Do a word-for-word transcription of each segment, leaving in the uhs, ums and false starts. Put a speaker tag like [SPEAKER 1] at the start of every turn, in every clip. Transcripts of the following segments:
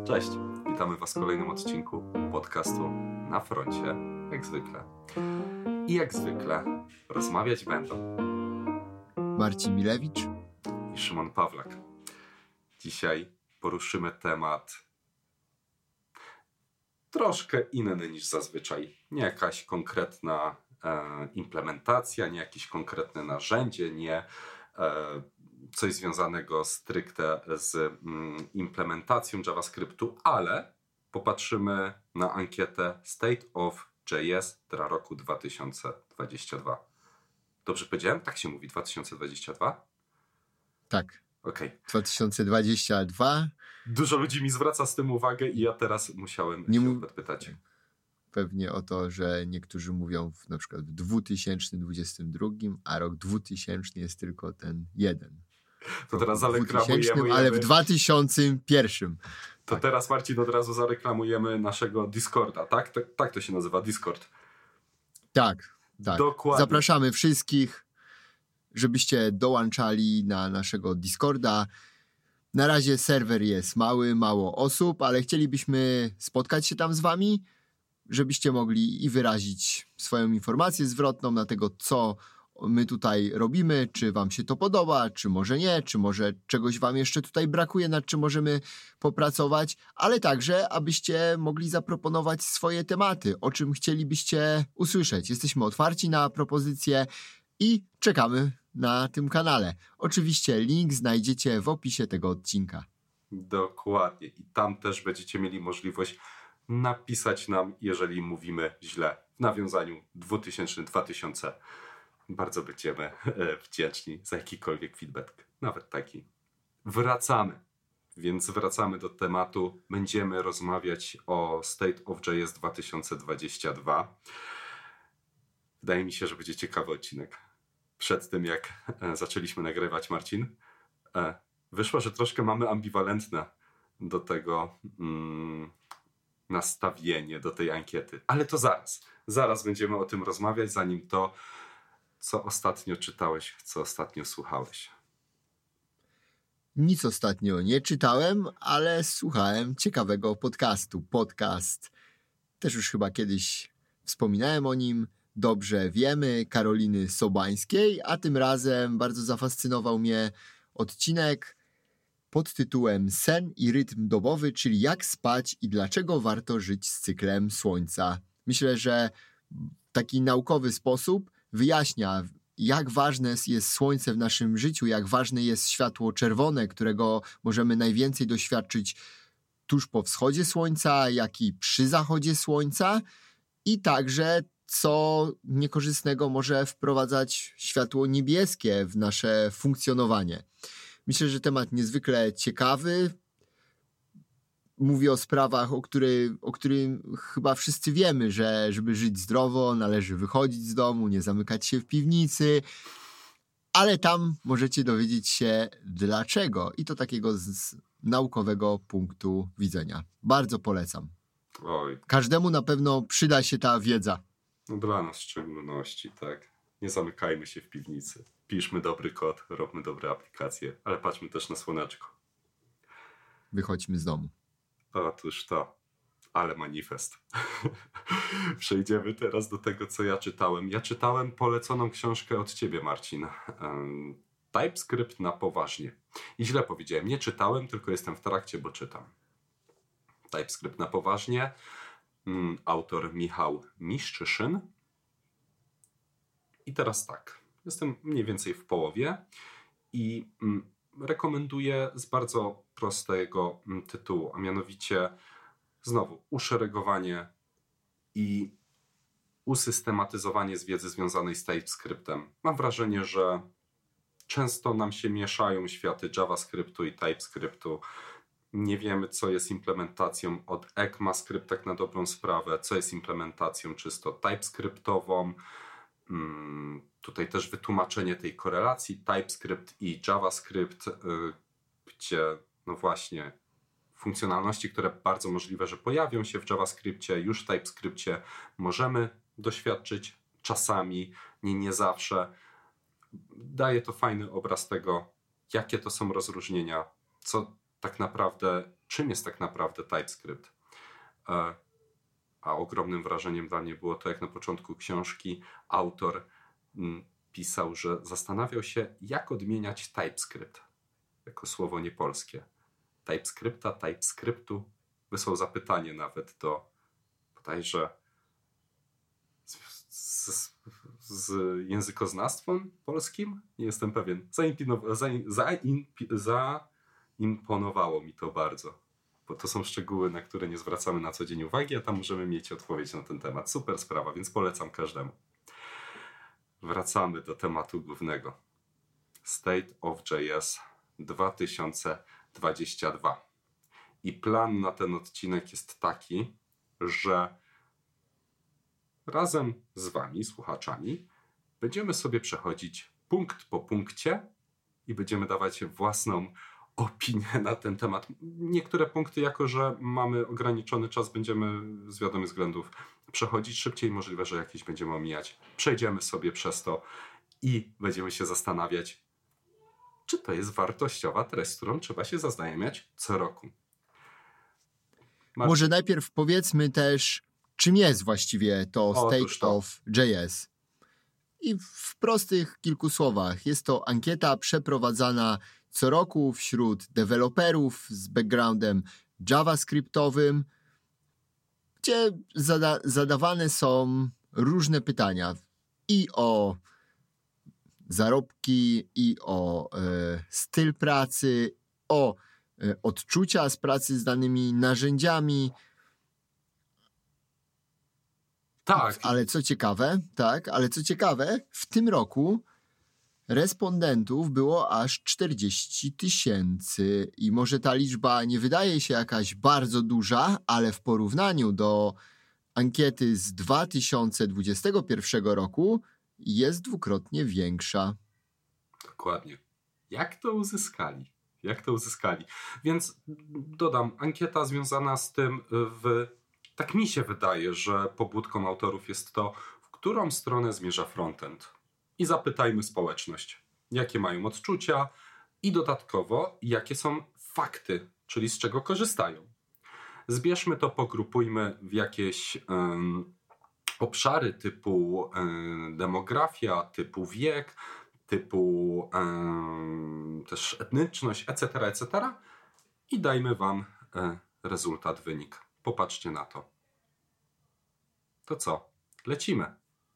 [SPEAKER 1] Cześć, witamy Was w kolejnym odcinku podcastu Na Froncie, jak zwykle. I jak zwykle rozmawiać będą
[SPEAKER 2] Marcin Milewicz
[SPEAKER 1] i Szymon Pawlak. Dzisiaj poruszymy temat troszkę inny niż zazwyczaj. Nie jakaś konkretna e, implementacja, nie jakieś konkretne narzędzie, nie e, coś związanego stricte z mm, implementacją JavaScriptu, ale popatrzymy na ankietę State of J S dla roku dwa tysiące dwudziestego drugiego. Dobrze powiedziałem? Tak się mówi, dwa tysiące dwudziesty drugi?
[SPEAKER 2] Tak.
[SPEAKER 1] Okej. Okay.
[SPEAKER 2] dwa tysiące dwudziesty drugi.
[SPEAKER 1] Dużo ludzi mi zwraca z tym uwagę i ja teraz musiałem Nie się mu... podpytać.
[SPEAKER 2] Pewnie o to, że niektórzy mówią w, na przykład w dwa tysiące dwudziestym drugim, a rok dwutysięczny jest tylko ten jeden.
[SPEAKER 1] To teraz zareklamujemy.
[SPEAKER 2] Ale w dwa tysiące pierwszym.
[SPEAKER 1] To tak. Teraz, Marcin, od razu zareklamujemy naszego Discorda, tak? Tak, tak to się nazywa, Discord.
[SPEAKER 2] Tak, tak.
[SPEAKER 1] Dokładnie.
[SPEAKER 2] Zapraszamy wszystkich, żebyście dołączali na naszego Discorda. Na razie serwer jest mały, mało osób, ale chcielibyśmy spotkać się tam z wami, żebyście mogli i wyrazić swoją informację zwrotną na tego, co my tutaj robimy, czy wam się to podoba, czy może nie, czy może czegoś wam jeszcze tutaj brakuje, nad czym możemy popracować, ale także, abyście mogli zaproponować swoje tematy, o czym chcielibyście usłyszeć. Jesteśmy otwarci na propozycje i czekamy na tym kanale. Oczywiście link znajdziecie w opisie tego odcinka.
[SPEAKER 1] Dokładnie. I tam też będziecie mieli możliwość napisać nam, jeżeli mówimy źle, w nawiązaniu dwutysięcznym, dwa tysiące. Bardzo będziemy wdzięczni za jakikolwiek feedback, nawet taki. Wracamy, więc wracamy do tematu. Będziemy rozmawiać o State of J S dwa tysiące dwudziesty drugi. Wydaje mi się, że będzie ciekawy odcinek. Przed tym, jak zaczęliśmy nagrywać, Marcin, wyszło, że troszkę mamy ambiwalentne do tego mm, nastawienie, do tej ankiety. Ale to zaraz. Zaraz będziemy o tym rozmawiać, zanim to, co ostatnio czytałeś, co ostatnio słuchałeś.
[SPEAKER 2] Nic ostatnio nie czytałem, ale słuchałem ciekawego podcastu. Podcast, też już chyba kiedyś wspominałem o nim, Dobrze wiemy, Karoliny Sobańskiej, a tym razem bardzo zafascynował mnie odcinek pod tytułem Sen i rytm dobowy, czyli jak spać i dlaczego warto żyć z cyklem słońca. Myślę, że w taki naukowy sposób wyjaśnia, jak ważne jest słońce w naszym życiu, jak ważne jest światło czerwone, którego możemy najwięcej doświadczyć tuż po wschodzie słońca, jak i przy zachodzie słońca, i także co niekorzystnego może wprowadzać światło niebieskie w nasze funkcjonowanie. Myślę, że temat niezwykle ciekawy. Mówi o sprawach, o, który, o którym chyba wszyscy wiemy, że żeby żyć zdrowo, należy wychodzić z domu, nie zamykać się w piwnicy, ale tam możecie dowiedzieć się dlaczego, i to takiego z, z naukowego punktu widzenia. Bardzo polecam.
[SPEAKER 1] Oj.
[SPEAKER 2] Każdemu na pewno przyda się ta wiedza.
[SPEAKER 1] No dla nas w szczególności, tak. Nie zamykajmy się w piwnicy. Piszmy dobry kod, robmy dobre aplikacje, ale patrzmy też na słoneczko.
[SPEAKER 2] Wychodźmy z domu.
[SPEAKER 1] Otóż to, ale manifest. Przejdziemy teraz do tego, co ja czytałem. Ja czytałem poleconą książkę od ciebie, Marcin. Um, TypeScript na poważnie. I źle powiedziałem, nie czytałem, tylko jestem w trakcie, bo czytam. TypeScript na poważnie. Um, autor Michał Miszczyszyn. I teraz tak, jestem mniej więcej w połowie i um, rekomenduję z bardzo prostego um, tytułu, a mianowicie znowu uszeregowanie i usystematyzowanie z wiedzy związanej z TypeScriptem. Mam wrażenie, że często nam się mieszają światy JavaScriptu i TypeScriptu. Nie wiemy, co jest implementacją od ECMAScript, tak na dobrą sprawę, co jest implementacją czysto TypeScriptową. Hmm, tutaj też wytłumaczenie tej korelacji TypeScript i JavaScript, yy, gdzie no właśnie funkcjonalności, które bardzo możliwe, że pojawią się w JavaScripcie, już w TypeScripcie możemy doświadczyć czasami, nie, nie zawsze. Daje to fajny obraz tego, jakie to są rozróżnienia, co tak naprawdę czym jest tak naprawdę TypeScript. A ogromnym wrażeniem dla mnie było to, jak na początku książki autor pisał, że zastanawiał się, jak odmieniać TypeScript jako słowo niepolskie. TypeScripta, TypeScriptu. Wysłał zapytanie nawet do bodajże z, z, z językoznawstwem polskim. Nie jestem pewien. Zaimponowało, zaimponowało mi to bardzo. Bo to są szczegóły, na które nie zwracamy na co dzień uwagi, a tam możemy mieć odpowiedź na ten temat. Super sprawa, więc polecam każdemu. Wracamy do tematu głównego. State of J S dwa tysiące dwudziesty drugi. I plan na ten odcinek jest taki, że razem z wami, słuchaczami, będziemy sobie przechodzić punkt po punkcie i będziemy dawać własną opinię na ten temat. Niektóre punkty, jako że mamy ograniczony czas, będziemy z wiadomych względów przechodzić szybciej, możliwe, że jakieś będziemy omijać. Przejdziemy sobie przez to i będziemy się zastanawiać, czy to jest wartościowa treść, z którą trzeba się zaznajamiać co roku. Marcin.
[SPEAKER 2] Może najpierw powiedzmy też, czym jest właściwie to State
[SPEAKER 1] to.
[SPEAKER 2] of J S. I w prostych kilku słowach. Jest to ankieta przeprowadzana co roku wśród deweloperów z backgroundem javascriptowym, gdzie zada- zadawane są różne pytania i o zarobki, i o e, styl pracy, o e, odczucia z pracy z danymi narzędziami.
[SPEAKER 1] Tak.
[SPEAKER 2] Ale co ciekawe, tak, ale co ciekawe, w tym roku respondentów było aż czterdzieści tysięcy i może ta liczba nie wydaje się jakaś bardzo duża, ale w porównaniu do ankiety z dwa tysiące dwudziestego pierwszego roku jest dwukrotnie większa.
[SPEAKER 1] Dokładnie. Jak to uzyskali? Jak to uzyskali? Więc dodam, ankieta związana z tym, w, tak mi się wydaje, że pobudką autorów jest to, w którą stronę zmierza frontend. I zapytajmy społeczność, jakie mają odczucia i dodatkowo, jakie są fakty, czyli z czego korzystają. Zbierzmy to, pogrupujmy w jakieś um, obszary typu um, demografia, typu wiek, typu um, też etniczność, et cetera, et cetera i dajmy wam um, rezultat, wynik. Popatrzcie na to. To co? Lecimy.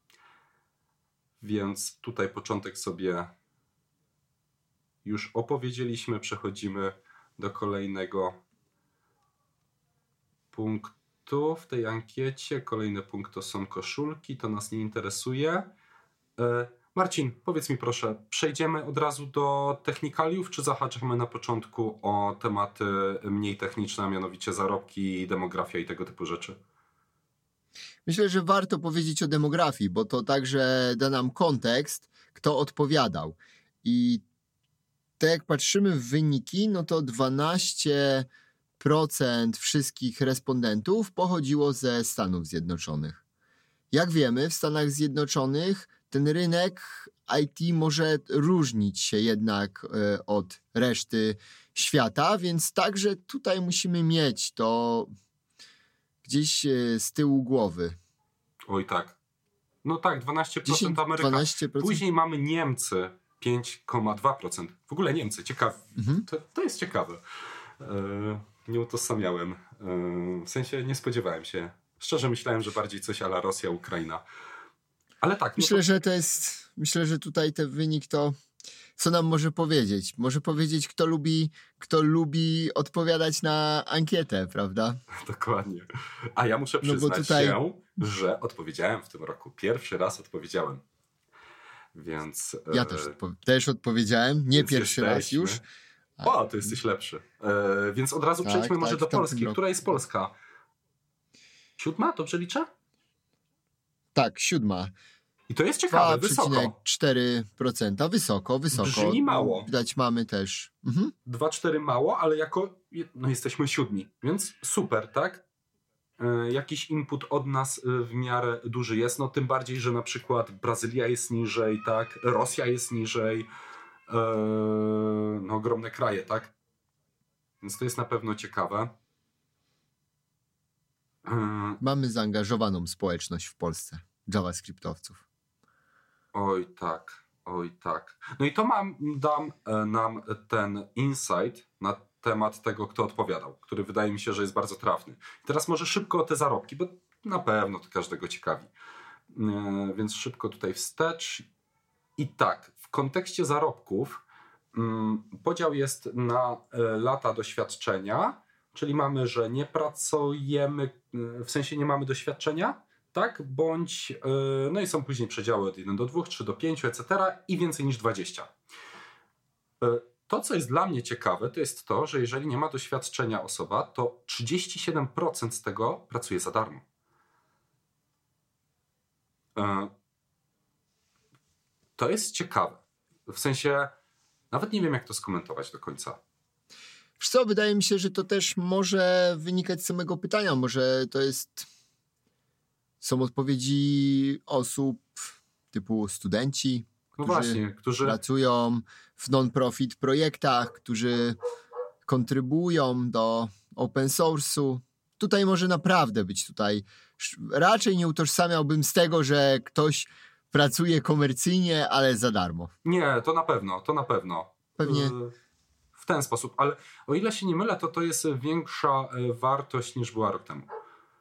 [SPEAKER 1] Więc tutaj początek sobie już opowiedzieliśmy. Przechodzimy do kolejnego punktu w tej ankiecie. Kolejny punkt to są koszulki. To nas nie interesuje. Marcin, powiedz mi proszę, przejdziemy od razu do technikaliów, czy zahaczamy na początku o tematy mniej techniczne, a mianowicie zarobki, demografia i tego typu rzeczy?
[SPEAKER 2] Myślę, że warto powiedzieć o demografii, bo to także da nam kontekst, kto odpowiadał. I tak jak patrzymy w wyniki, no to dwanaście procent wszystkich respondentów pochodziło ze Stanów Zjednoczonych. Jak wiemy, w Stanach Zjednoczonych ten rynek I T może różnić się jednak od reszty świata, więc także tutaj musimy mieć to gdzieś z tyłu głowy.
[SPEAKER 1] Oj tak. No tak, dwanaście procent
[SPEAKER 2] dziesięć,
[SPEAKER 1] Ameryka.
[SPEAKER 2] dwanaście procent.
[SPEAKER 1] Później mamy Niemcy, pięć przecinek dwa procent. W ogóle Niemcy, ciekawe. Mhm. To, to jest ciekawe. Yy, nie utożsamiałem. Yy, w sensie nie spodziewałem się. Szczerze myślałem, że bardziej coś a la Rosja, Ukraina. Ale tak.
[SPEAKER 2] Myślę,
[SPEAKER 1] no to...
[SPEAKER 2] że to jest, myślę, że tutaj ten wynik to, co nam może powiedzieć? Może powiedzieć, kto lubi, kto lubi odpowiadać na ankietę, prawda?
[SPEAKER 1] Dokładnie. A ja muszę przyznać no tutaj... się, że odpowiedziałem w tym roku. Pierwszy raz odpowiedziałem. Więc...
[SPEAKER 2] Ja też, odpo- też odpowiedziałem. Nie pierwszy jesteśmy... raz już.
[SPEAKER 1] O, to jesteś lepszy. E, więc od razu tak, przejdźmy tak, może do Polski. Która jest Polska? Siódma? Dobrze liczę?
[SPEAKER 2] Tak, siódma.
[SPEAKER 1] I to jest ciekawe, wysoko.
[SPEAKER 2] dwa przecinek cztery procent. Wysoko, wysoko.
[SPEAKER 1] Brzmi mało.
[SPEAKER 2] Widać mamy też. Mhm.
[SPEAKER 1] dwa przecinek cztery mało, ale jako no jesteśmy siódmi, więc super, tak? E, jakiś input od nas w miarę duży jest, no tym bardziej, że na przykład Brazylia jest niżej, tak? Rosja jest niżej. E, no ogromne kraje, tak? Więc to jest na pewno ciekawe.
[SPEAKER 2] Mamy zaangażowaną społeczność w Polsce JavaScriptowców.
[SPEAKER 1] Oj tak, oj tak. No i to mam, dam nam ten insight na temat tego, kto odpowiadał, który wydaje mi się, że jest bardzo trafny. I teraz może szybko o te zarobki, bo na pewno to każdego ciekawi. Yy, więc szybko tutaj wstecz. I tak, w kontekście zarobków yy, podział jest na yy, lata doświadczenia, czyli mamy, że nie pracujemy, yy, w sensie nie mamy doświadczenia, tak, bądź, yy, no i są później przedziały od jeden do dwóch, trzy do pięciu, et cetera i więcej niż dwadzieścia. Yy, To, co jest dla mnie ciekawe, to jest to, że jeżeli nie ma doświadczenia osoba, to trzydzieści siedem procent z tego pracuje za darmo. To jest ciekawe. W sensie, nawet nie wiem, jak to skomentować do końca.
[SPEAKER 2] Wiesz co, wydaje mi się, że to też może wynikać z samego pytania. Może to jest... Są odpowiedzi osób typu studenci,
[SPEAKER 1] No
[SPEAKER 2] którzy
[SPEAKER 1] właśnie, którzy
[SPEAKER 2] pracują w non-profit projektach, którzy kontrybują do open source'u. Tutaj może naprawdę być tutaj. Raczej nie utożsamiałbym z tego, że ktoś pracuje komercyjnie, ale za darmo.
[SPEAKER 1] Nie, to na pewno, to na pewno.
[SPEAKER 2] Pewnie.
[SPEAKER 1] W ten sposób, ale o ile się nie mylę, to to jest większa wartość niż była rok temu.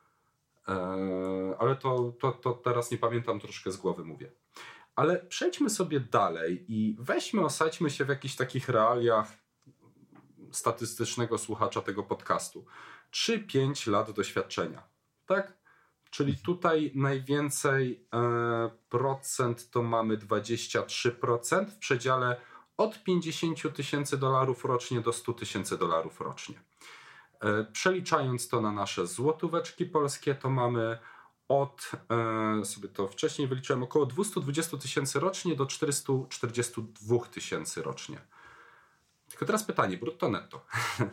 [SPEAKER 1] Ale to, to, to teraz nie pamiętam, troszkę z głowy mówię. Ale przejdźmy sobie dalej i weźmy, osadźmy się w jakichś takich realiach statystycznego słuchacza tego podcastu. trzy pięć lat doświadczenia, tak? Czyli tutaj najwięcej e, procent to mamy dwadzieścia trzy procent w przedziale od pięćdziesiąt tysięcy dolarów rocznie do sto tysięcy dolarów rocznie. E, przeliczając to na nasze złotóweczki polskie, to mamy od, e, sobie to wcześniej wyliczyłem, około dwieście dwadzieścia tysięcy rocznie do czterysta czterdzieści dwa tysięcy rocznie. Tylko teraz pytanie, brutto netto.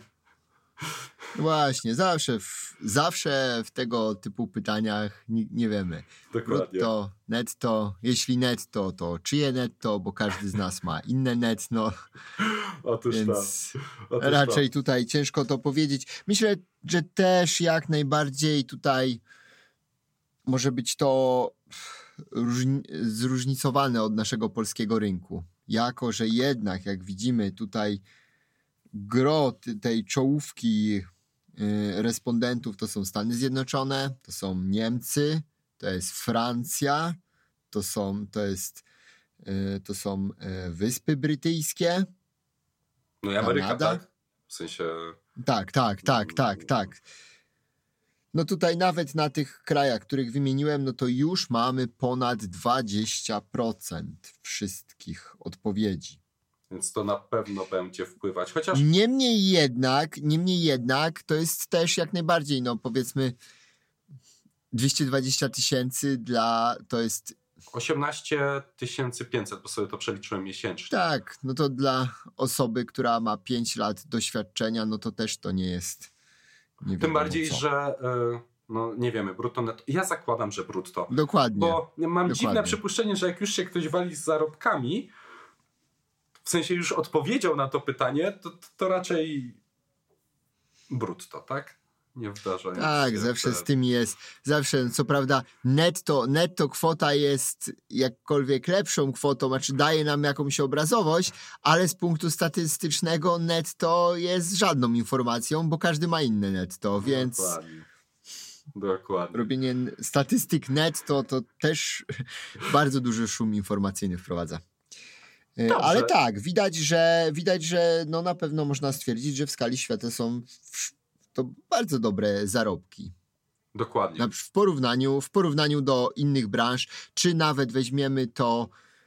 [SPEAKER 2] Właśnie, zawsze w, zawsze w tego typu pytaniach nie, nie wiemy.
[SPEAKER 1] Dokładnie.
[SPEAKER 2] Brutto, netto, jeśli netto, to czyje netto, bo każdy z nas ma inne netto.
[SPEAKER 1] Otóż
[SPEAKER 2] Więc
[SPEAKER 1] to. Otóż
[SPEAKER 2] raczej
[SPEAKER 1] to.
[SPEAKER 2] tutaj ciężko to powiedzieć. Myślę, że też jak najbardziej tutaj może być to różni- zróżnicowane od naszego polskiego rynku. Jako, że jednak, jak widzimy tutaj, gro tej czołówki y, respondentów to są Stany Zjednoczone, to są Niemcy, to jest Francja, to są, to jest, y, to są y, Wyspy Brytyjskie.
[SPEAKER 1] No i Ameryka,
[SPEAKER 2] Kanada?
[SPEAKER 1] tak? W sensie...
[SPEAKER 2] Tak, tak, tak, tak, tak. No tutaj nawet na tych krajach, których wymieniłem, no to już mamy ponad dwadzieścia procent wszystkich odpowiedzi.
[SPEAKER 1] Więc to na pewno będzie wpływać. Chociaż
[SPEAKER 2] Niemniej jednak, niemniej jednak to jest też jak najbardziej, no powiedzmy dwieście dwadzieścia tysięcy dla, to jest
[SPEAKER 1] osiemnaście tysięcy pięćset, bo sobie to przeliczyłem miesięcznie.
[SPEAKER 2] tak, no to dla osoby, która ma pięć lat doświadczenia, no to też to nie jest nie
[SPEAKER 1] Tym bardziej,
[SPEAKER 2] co.
[SPEAKER 1] że y, no nie wiemy, brutto netto. Ja zakładam, że brutto.
[SPEAKER 2] Dokładnie.
[SPEAKER 1] Bo mam
[SPEAKER 2] Dokładnie.
[SPEAKER 1] dziwne przypuszczenie, że jak już się ktoś wali z zarobkami, w sensie już odpowiedział na to pytanie, to, to raczej brutto, tak? Nie wdarza.
[SPEAKER 2] Tak,
[SPEAKER 1] się
[SPEAKER 2] zawsze
[SPEAKER 1] te...
[SPEAKER 2] z tym jest. Zawsze, co prawda, netto, netto kwota jest jakkolwiek lepszą kwotą, znaczy daje nam jakąś obrazowość, ale z punktu statystycznego netto jest żadną informacją, bo każdy ma inne netto, więc
[SPEAKER 1] Dokładnie. Dokładnie.
[SPEAKER 2] robienie statystyk netto to też bardzo duży szum informacyjny wprowadza.
[SPEAKER 1] Dobrze.
[SPEAKER 2] Ale tak, widać, że widać, że no na pewno można stwierdzić, że w skali świata są w, to bardzo dobre zarobki.
[SPEAKER 1] Dokładnie.
[SPEAKER 2] Na, w, porównaniu, w porównaniu do innych branż, czy nawet weźmiemy to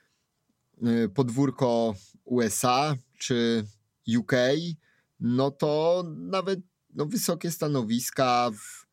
[SPEAKER 2] y, podwórko U S A, czy U K, no to nawet no, wysokie stanowiska w,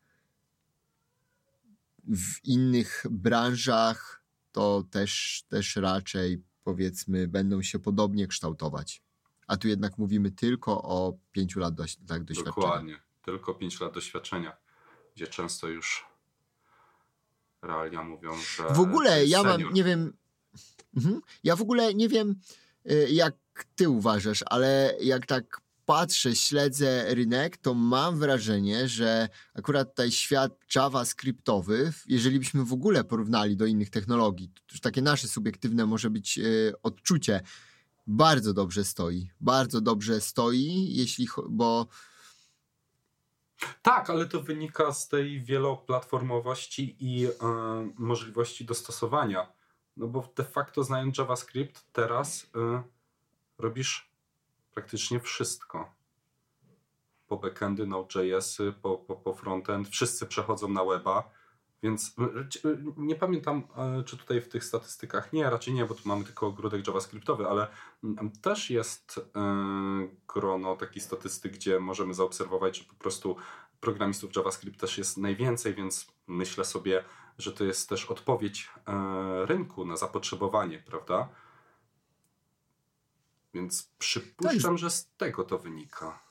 [SPEAKER 2] w innych branżach to też, też raczej powiedzmy będą się podobnie kształtować. A tu jednak mówimy tylko o pięciu lat doś- tak, doświadczenia.
[SPEAKER 1] Dokładnie. Tylko pięć lat doświadczenia, gdzie często już realia mówią, że...
[SPEAKER 2] W ogóle ja
[SPEAKER 1] senior.
[SPEAKER 2] mam, nie wiem, mhm. ja w ogóle nie wiem, y, jak ty uważasz, ale jak tak patrzę, śledzę rynek, to mam wrażenie, że akurat tutaj świat JavaScriptowy, jeżeli byśmy w ogóle porównali do innych technologii, to już takie nasze subiektywne może być y, odczucie, bardzo dobrze stoi. Bardzo dobrze stoi, jeśli, bo
[SPEAKER 1] Tak, ale to wynika z tej wieloplatformowości i y, możliwości dostosowania. No bo de facto znając JavaScript teraz y, robisz praktycznie wszystko. Po backendy, Node.jsy, po, po, po frontend, wszyscy przechodzą na weba, więc y, nie pamiętam, y, czy tutaj w tych statystykach, nie, raczej nie, bo tu mamy tylko ogródek JavaScriptowy, ale y, też jest y, grono takich statystyk, gdzie możemy zaobserwować, że po prostu programistów JavaScript też jest najwięcej, więc myślę sobie, że to jest też odpowiedź y, rynku na zapotrzebowanie, prawda? Więc przypuszczam, że z tego to wynika.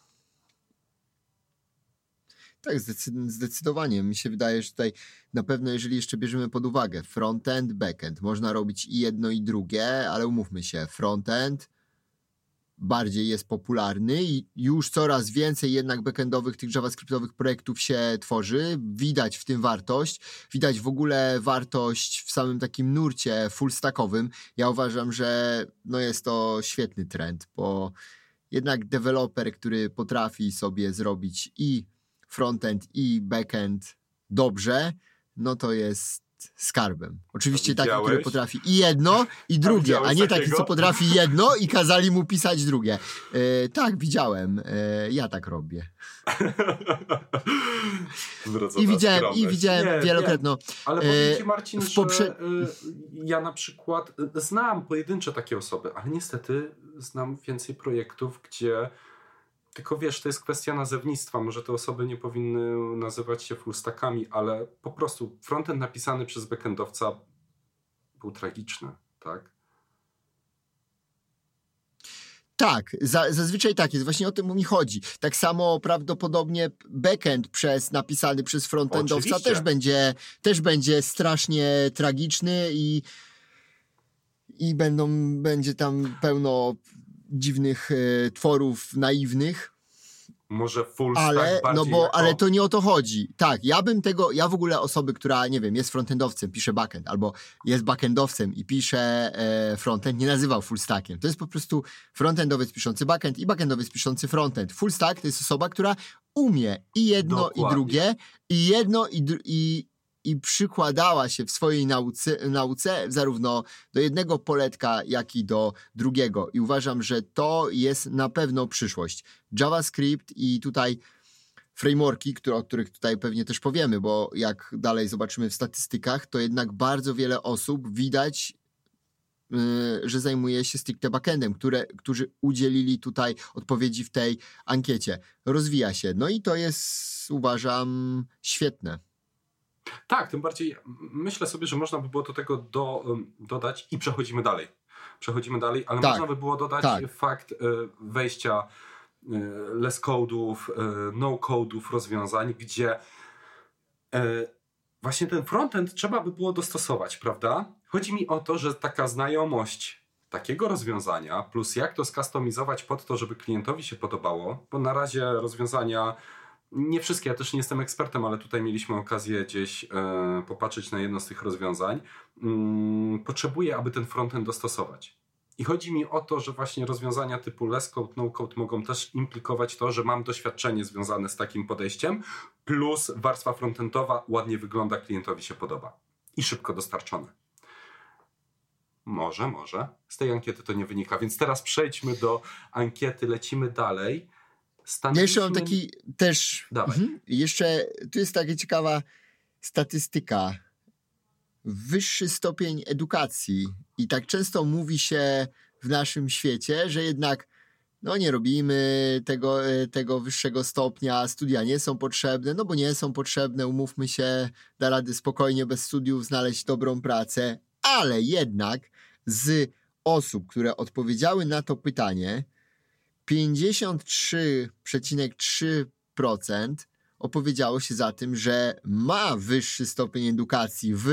[SPEAKER 2] Tak, zdecydowanie. Mi się wydaje, że tutaj na pewno, jeżeli jeszcze bierzemy pod uwagę frontend, backend, można robić i jedno, i drugie, ale umówmy się, frontend bardziej jest popularny i już coraz więcej jednak backendowych, tych javascriptowych projektów się tworzy. Widać w tym wartość. Widać w ogóle wartość w samym takim nurcie fullstackowym. Ja uważam, że no jest to świetny trend, bo jednak deweloper, który potrafi sobie zrobić i frontend, i backend dobrze, no to jest skarbem. Oczywiście taki, który potrafi i jedno, i drugie, a, a nie takiego? Taki, co potrafi jedno i kazali mu pisać drugie. E, tak, widziałem. E, ja tak robię. I widziałem, i widziałem nie, wielokrotnie.
[SPEAKER 1] Ale powiem ci, Marcin, że poprze... ja na przykład znam pojedyncze takie osoby, ale niestety znam więcej projektów, gdzie tylko wiesz, to jest kwestia nazewnictwa. Może te osoby nie powinny nazywać się fullstackami, ale po prostu frontend napisany przez backendowca był tragiczny, tak?
[SPEAKER 2] Tak, za, zazwyczaj tak jest. Właśnie o tym mi chodzi. Tak samo prawdopodobnie backend przez, napisany przez frontendowca też będzie, też będzie strasznie tragiczny i, i będą, będzie tam pełno dziwnych e, tworów naiwnych.
[SPEAKER 1] Może full stack
[SPEAKER 2] ale,
[SPEAKER 1] bardziej
[SPEAKER 2] no bo,
[SPEAKER 1] jako...
[SPEAKER 2] ale to nie o to chodzi. Tak, ja bym tego, ja w ogóle osoby, która, nie wiem, jest frontendowcem, pisze backend, albo jest backendowcem i pisze e, frontend, nie nazywał full stackiem. To jest po prostu frontendowiec piszący backend i backendowiec piszący frontend. Full stack to jest osoba, która umie i jedno, Dokładnie. i drugie, i jedno, i, dru- i i przykładała się w swojej nauce, nauce zarówno do jednego poletka, jak i do drugiego. I uważam, że to jest na pewno przyszłość. JavaScript i tutaj frameworki, które, o których tutaj pewnie też powiemy, bo jak dalej zobaczymy w statystykach, to jednak bardzo wiele osób widać, yy, że zajmuje się stricte backendem, które, którzy udzielili tutaj odpowiedzi w tej ankiecie. Rozwija się. No i to jest, uważam, świetne.
[SPEAKER 1] Tak, tym bardziej myślę sobie, że można by było do tego do, dodać i przechodzimy dalej. Przechodzimy dalej, ale tak, można by było dodać tak. fakt y, wejścia y, less code'ów, y, no code'ów rozwiązań, gdzie y, właśnie ten frontend trzeba by było dostosować, prawda? Chodzi mi o to, że taka znajomość takiego rozwiązania plus jak to skustomizować pod to, żeby klientowi się podobało, bo na razie rozwiązania nie wszystkie, ja też nie jestem ekspertem, ale tutaj mieliśmy okazję gdzieś e, popatrzeć na jedno z tych rozwiązań. Mm, potrzebuję, aby ten frontend dostosować. I chodzi mi o to, że właśnie rozwiązania typu less code, no code mogą też implikować to, że mam doświadczenie związane z takim podejściem, plus warstwa frontendowa ładnie wygląda, klientowi się podoba i szybko dostarczone. Może, może. Z tej ankiety to nie wynika, więc teraz przejdźmy do ankiety, lecimy dalej.
[SPEAKER 2] Ja jeszcze mam taki też, mhm, jeszcze tu jest taka ciekawa statystyka. Wyższy stopień edukacji i tak często mówi się w naszym świecie, że jednak no nie robimy tego, tego wyższego stopnia, studia nie są potrzebne, no bo nie są potrzebne, umówmy się, da rady spokojnie bez studiów znaleźć dobrą pracę, ale jednak z osób, które odpowiedziały na to pytanie, pięćdziesiąt trzy przecinek trzy procent opowiedziało się za tym, że ma wyższy stopień edukacji w,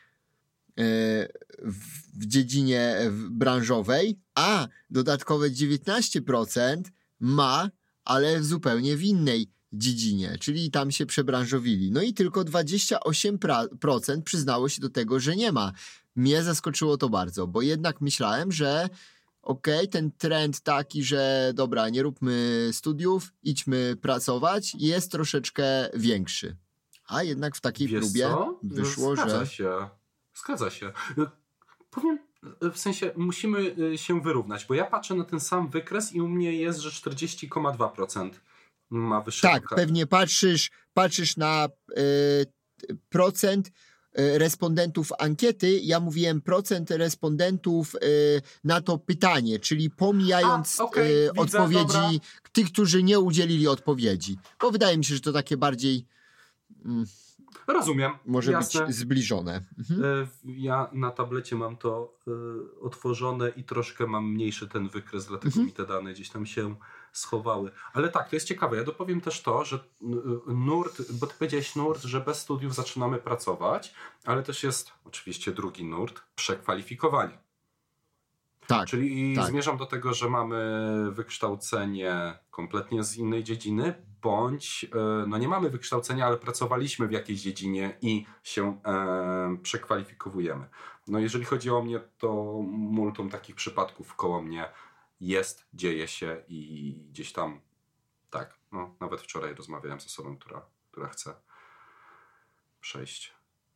[SPEAKER 2] w dziedzinie branżowej, a dodatkowe dziewiętnaście procent ma ale zupełnie w innej dziedzinie, czyli tam się przebranżowili. No i tylko dwadzieścia osiem procent przyznało się do tego, że nie ma. Mnie zaskoczyło to bardzo, bo jednak myślałem, że okej, okay, ten trend taki, że dobra, nie róbmy studiów, idźmy pracować, jest troszeczkę większy. A jednak w takiej
[SPEAKER 1] Wiesz
[SPEAKER 2] próbie
[SPEAKER 1] co?
[SPEAKER 2] wyszło,
[SPEAKER 1] Zgadza
[SPEAKER 2] że...
[SPEAKER 1] się. Zgadza się. Powiem, w sensie musimy się wyrównać, bo ja patrzę na ten sam wykres i u mnie jest, że czterdzieści przecinek dwa procent ma wyższego.
[SPEAKER 2] Tak, pewnie patrzysz, patrzysz na y, procent respondentów ankiety, ja mówiłem procent respondentów y, na to pytanie, czyli pomijając A, okay, y, widzę, odpowiedzi dobra. Tych, którzy nie udzielili odpowiedzi. Bo wydaje mi się, że to takie bardziej mm,
[SPEAKER 1] rozumiem,
[SPEAKER 2] może
[SPEAKER 1] jasne.
[SPEAKER 2] być zbliżone. Mhm.
[SPEAKER 1] Ja na tablecie mam to y, otworzone i troszkę mam mniejszy ten wykres, dlatego mhm. mi te dane gdzieś tam się schowały. Ale tak, to jest ciekawe. Ja dopowiem też to, że nurt, bo ty powiedziałeś nurt, że bez studiów zaczynamy pracować, ale też jest oczywiście drugi nurt, przekwalifikowanie.
[SPEAKER 2] Tak.
[SPEAKER 1] Czyli
[SPEAKER 2] tak.
[SPEAKER 1] zmierzam do tego, że mamy wykształcenie kompletnie z innej dziedziny, bądź no nie mamy wykształcenia, ale pracowaliśmy w jakiejś dziedzinie i się e, przekwalifikowujemy. No jeżeli chodzi o mnie, to multum takich przypadków koło mnie jest, dzieje się i gdzieś tam tak, no nawet wczoraj rozmawiałem z osobą, która, która chce przejść.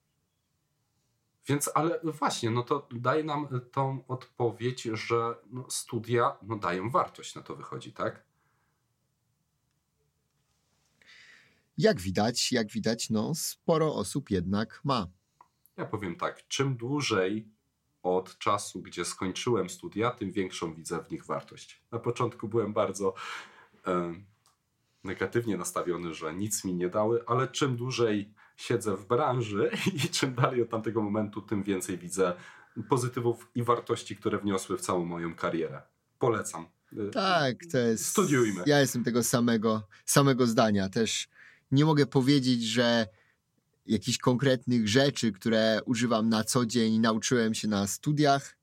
[SPEAKER 1] Więc, ale właśnie, no to daje nam tą odpowiedź, że no, studia no, dają wartość, na to wychodzi, tak?
[SPEAKER 2] Jak widać, jak widać, no sporo osób jednak ma.
[SPEAKER 1] Ja powiem tak, czym dłużej od czasu, gdzie skończyłem studia, tym większą widzę w nich wartość. Na początku byłem bardzo e, negatywnie nastawiony, że nic mi nie dały, ale czym dłużej siedzę w branży i czym dalej od tamtego momentu, tym więcej widzę pozytywów i wartości, które wniosły w całą moją karierę. Polecam.
[SPEAKER 2] Tak, to jest...
[SPEAKER 1] Studiujmy.
[SPEAKER 2] Ja jestem tego samego, samego zdania. Też nie mogę powiedzieć, że jakichś konkretnych rzeczy, które używam na co dzień, nauczyłem się na studiach,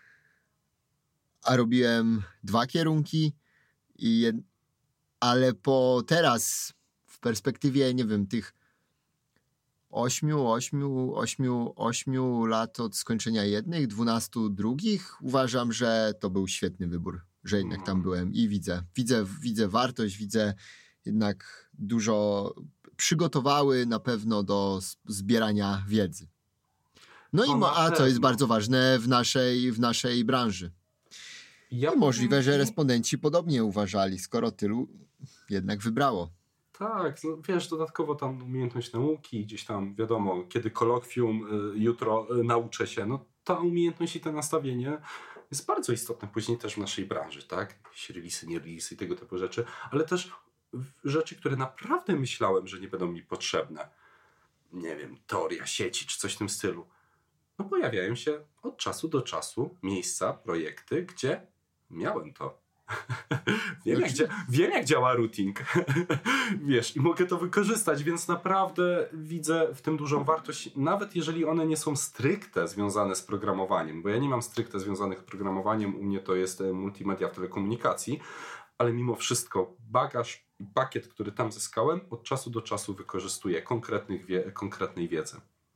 [SPEAKER 2] a robiłem dwa kierunki, i jed... ale po teraz w perspektywie, nie wiem, tych ośmiu, ośmiu, ośmiu, ośmiu lat od skończenia jednych, dwunastu drugich, uważam, że to był świetny wybór, że jednak tam byłem i widzę, widzę, widzę wartość, widzę jednak dużo przygotowały na pewno do zbierania wiedzy. No i a co jest bardzo ważne w naszej, w naszej branży. Ja I możliwe, że respondenci podobnie uważali, skoro tylu jednak wybrało.
[SPEAKER 1] Tak, no wiesz, dodatkowo tam umiejętność nauki, gdzieś tam wiadomo, kiedy kolokwium, y, jutro y, nauczę się, no ta umiejętność i to nastawienie jest bardzo istotne później też w naszej branży, tak? Jakieś releasy, nie releasy i tego typu rzeczy, ale też rzeczy, które naprawdę myślałem, że nie będą mi potrzebne. Nie wiem, teoria sieci czy coś w tym stylu. No pojawiają się od czasu do czasu miejsca, projekty, gdzie miałem to. wiem, jak dzia- wiem, jak działa routing. Wiesz, i mogę to wykorzystać, więc naprawdę widzę w tym dużą wartość, nawet jeżeli one nie są stricte związane z programowaniem, bo ja nie mam stricte związanych z programowaniem, u mnie to jest multimedia w telekomunikacji, ale mimo wszystko bagaż i pakiet, który tam zyskałem, od czasu do czasu wykorzystuję konkretnych wie- konkretnej wiedzy.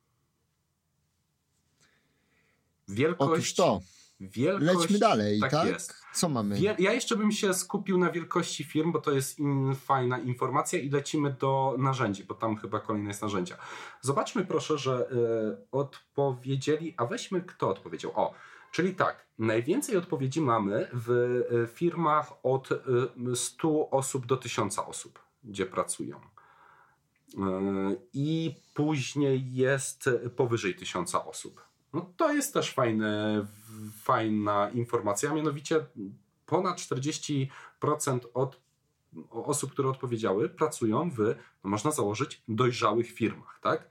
[SPEAKER 1] Wielkość...
[SPEAKER 2] Otóż to.
[SPEAKER 1] Wielkość,
[SPEAKER 2] lećmy dalej, tak?
[SPEAKER 1] tak? Jest.
[SPEAKER 2] Co mamy?
[SPEAKER 1] Wie, ja jeszcze bym się skupił na wielkości firm, bo to jest in, fajna informacja i lecimy do narzędzi, bo tam chyba kolejne jest narzędzia. Zobaczmy proszę, że y, odpowiedzieli, a weźmy kto odpowiedział. O, czyli tak, najwięcej odpowiedzi mamy w y, firmach od y, stu osób do tysiąca osób, gdzie pracują. Y, I później jest powyżej tysiąca osób. No to jest też fajne, fajna informacja, mianowicie ponad czterdzieści procent od osób, które odpowiedziały, pracują w, no można założyć, dojrzałych firmach, tak?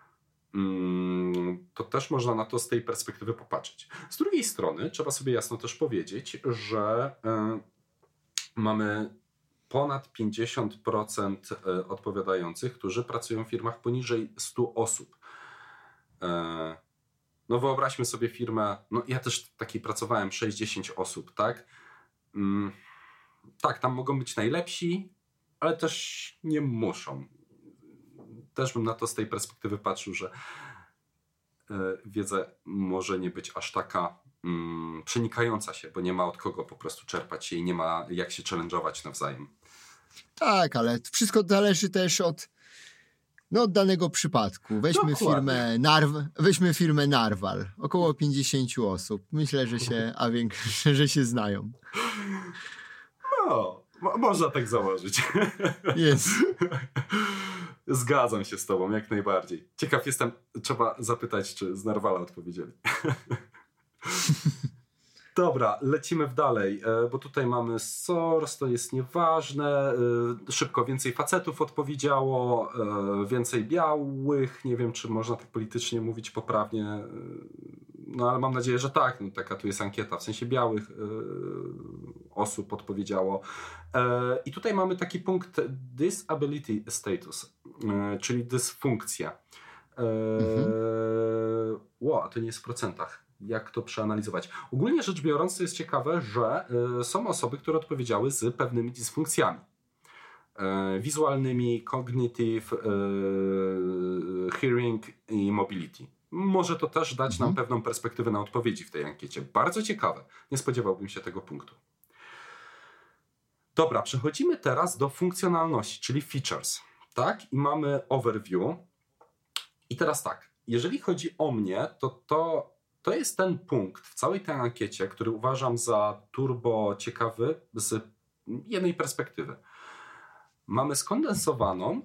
[SPEAKER 1] To też można na to z tej perspektywy popatrzeć. Z drugiej strony trzeba sobie jasno też powiedzieć, że y, mamy ponad pięćdziesiąt procent odpowiadających, którzy pracują w firmach poniżej stu osób. Y, No wyobraźmy sobie firmę, no ja też takiej pracowałem, sześć do dziesięciu osób, tak? tak, tam mogą być najlepsi, ale też nie muszą. Też bym na to z tej perspektywy patrzył, że wiedza może nie być aż taka mm, przenikająca się, bo nie ma od kogo po prostu czerpać się i nie ma jak się challenge'ować nawzajem.
[SPEAKER 2] Tak, ale wszystko zależy też od, no, od danego przypadku. Weźmy firmę, Narw, weźmy firmę Narwal. Około pięćdziesiąt osób. Myślę, że się, a większe, że się znają.
[SPEAKER 1] No, mo- można tak założyć.
[SPEAKER 2] Jest.
[SPEAKER 1] Zgadzam się z tobą, jak najbardziej. Ciekaw jestem, trzeba zapytać, czy z Narwala odpowiedzieli. Dobra, lecimy w dalej, bo tutaj mamy source, to jest nieważne. Szybko, więcej facetów odpowiedziało, więcej białych. Nie wiem, czy można tak politycznie mówić poprawnie, no ale mam nadzieję, że tak. No, taka tu jest ankieta, w sensie białych osób odpowiedziało. I tutaj mamy taki punkt disability status, czyli dysfunkcja. Mhm. Ło, a to nie jest w procentach. Jak to przeanalizować? Ogólnie rzecz biorąc, to jest ciekawe, że y, są osoby, które odpowiedziały z pewnymi dysfunkcjami. Y, wizualnymi, cognitive, y, hearing i mobility. Może to też dać mhm. nam pewną perspektywę na odpowiedzi w tej ankiecie. Bardzo ciekawe. Nie spodziewałbym się tego punktu. Dobra, przechodzimy teraz do funkcjonalności, czyli features. Tak? I mamy overview. I teraz tak, jeżeli chodzi o mnie, to to To jest ten punkt w całej tej ankiecie, który uważam za turbo ciekawy z jednej perspektywy. Mamy skondensowaną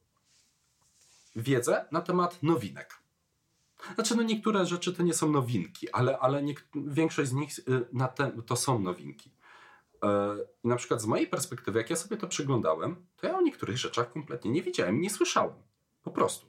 [SPEAKER 1] wiedzę na temat nowinek. Znaczy, no niektóre rzeczy to nie są nowinki, ale, ale nie, większość z nich na te, to są nowinki. I na przykład z mojej perspektywy, jak ja sobie to przyglądałem, to ja o niektórych rzeczach kompletnie nie wiedziałem, nie słyszałem. Po prostu.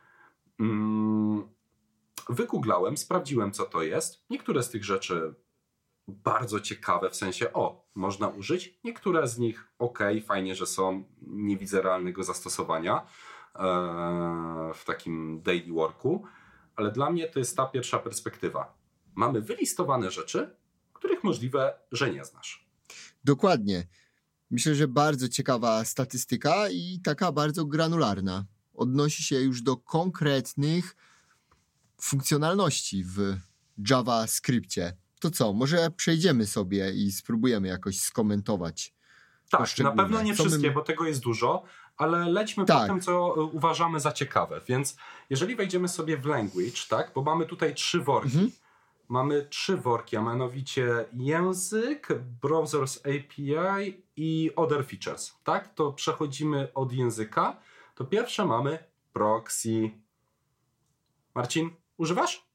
[SPEAKER 1] Mm. Wygooglałem, sprawdziłem, co to jest. Niektóre z tych rzeczy bardzo ciekawe, w sensie o, można użyć. Niektóre z nich ok, fajnie, że są. Nie widzę realnego zastosowania e, w takim daily worku, ale dla mnie to jest ta pierwsza perspektywa. Mamy wylistowane rzeczy, których możliwe, że nie znasz.
[SPEAKER 2] Dokładnie. Myślę, że bardzo ciekawa statystyka i taka bardzo granularna. Odnosi się już do konkretnych funkcjonalności w JavaScriptie. To co, może przejdziemy sobie i spróbujemy jakoś skomentować.
[SPEAKER 1] Tak, na pewno nie wszystkie, my... bo tego jest dużo, ale lećmy tak. po tym, co uważamy za ciekawe. Więc jeżeli wejdziemy sobie w language, tak, bo mamy tutaj trzy worki. Mhm. Mamy trzy worki, a mianowicie język, browsers A P I i other features. Tak, to przechodzimy od języka. To pierwsze mamy proxy. Marcin, używasz?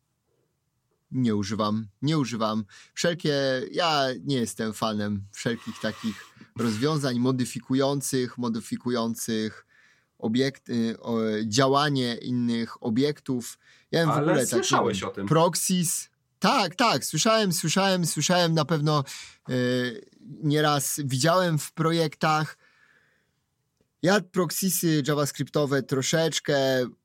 [SPEAKER 2] Nie używam, nie używam. Wszelkie, ja nie jestem fanem wszelkich takich rozwiązań modyfikujących, modyfikujących obiekty, o, działanie innych obiektów. Ja wiem,
[SPEAKER 1] Ale
[SPEAKER 2] w ogóle
[SPEAKER 1] słyszałeś o tym.
[SPEAKER 2] Proxies. Tak, tak, słyszałem, słyszałem, słyszałem na pewno yy, nieraz widziałem w projektach. Ja proxysy javascriptowe troszeczkę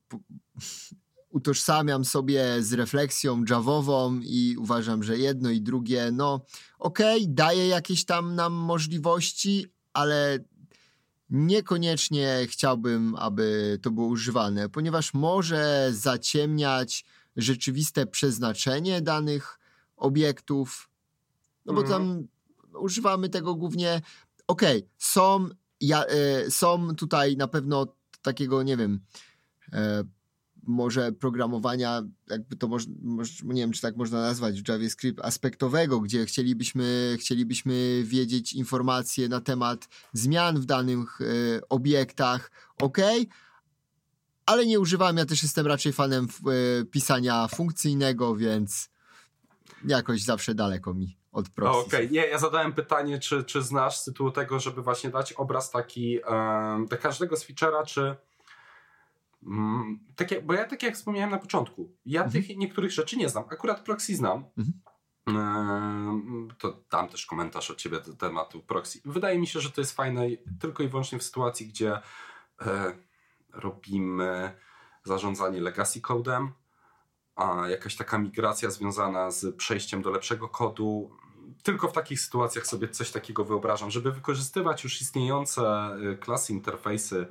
[SPEAKER 2] utożsamiam sobie z refleksją javową i uważam, że jedno i drugie, no okej, okay, daje jakieś tam nam możliwości, ale niekoniecznie chciałbym, aby to było używane, ponieważ może zaciemniać rzeczywiste przeznaczenie danych obiektów, no bo mm. tam używamy tego głównie, okej, okay, są, ja, y, są tutaj na pewno takiego, nie wiem, y, może programowania, jakby to moż, moż, nie wiem, czy tak można nazwać w JavaScript, aspektowego, gdzie chcielibyśmy, chcielibyśmy wiedzieć informacje na temat zmian w danych y, obiektach, ok, ale nie używam, ja też jestem raczej fanem y, pisania funkcyjnego, więc jakoś zawsze daleko mi od proxy.
[SPEAKER 1] Okej, okay. Nie, ja zadałem pytanie, czy, czy znasz z tytułu tego, żeby właśnie dać obraz taki um, do każdego z feature'a, czy Mm, takie, bo ja tak jak wspomniałem na początku, ja mhm. tych niektórych rzeczy nie znam. Akurat proxy znam. Mhm. Eee, to dam też komentarz od ciebie do tematu proxy. Wydaje mi się, że to jest fajne tylko i wyłącznie w sytuacji, gdzie e, robimy zarządzanie legacy codem, a jakaś taka migracja związana z przejściem do lepszego kodu tylko w takich sytuacjach sobie coś takiego wyobrażam, żeby wykorzystywać już istniejące klasy, interfejsy,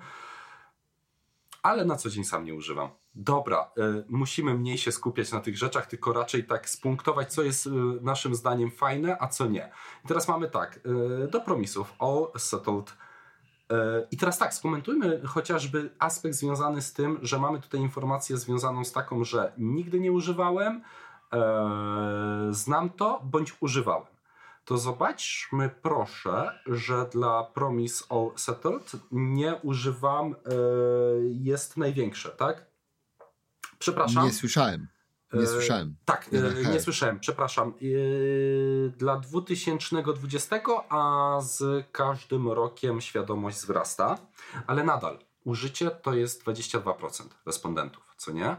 [SPEAKER 1] ale na co dzień sam nie używam. Dobra, y, musimy mniej się skupiać na tych rzeczach, tylko raczej tak spunktować, co jest y, naszym zdaniem fajne, a co nie. I teraz mamy tak, y, do promisów, all settled. Y, I teraz tak, skomentujmy chociażby aspekt związany z tym, że mamy tutaj informację związaną z taką, że nigdy nie używałem, y, znam to, bądź używałem. To zobaczmy proszę, że dla promise all settled nie używam, y, jest największe, tak? Przepraszam.
[SPEAKER 2] Nie słyszałem. Nie słyszałem.
[SPEAKER 1] E, tak, e, nie słyszałem, przepraszam. E, dla dwa tysiące dwudziestego, a z każdym rokiem świadomość wzrasta, ale nadal użycie to jest dwadzieścia dwa procent respondentów, co nie?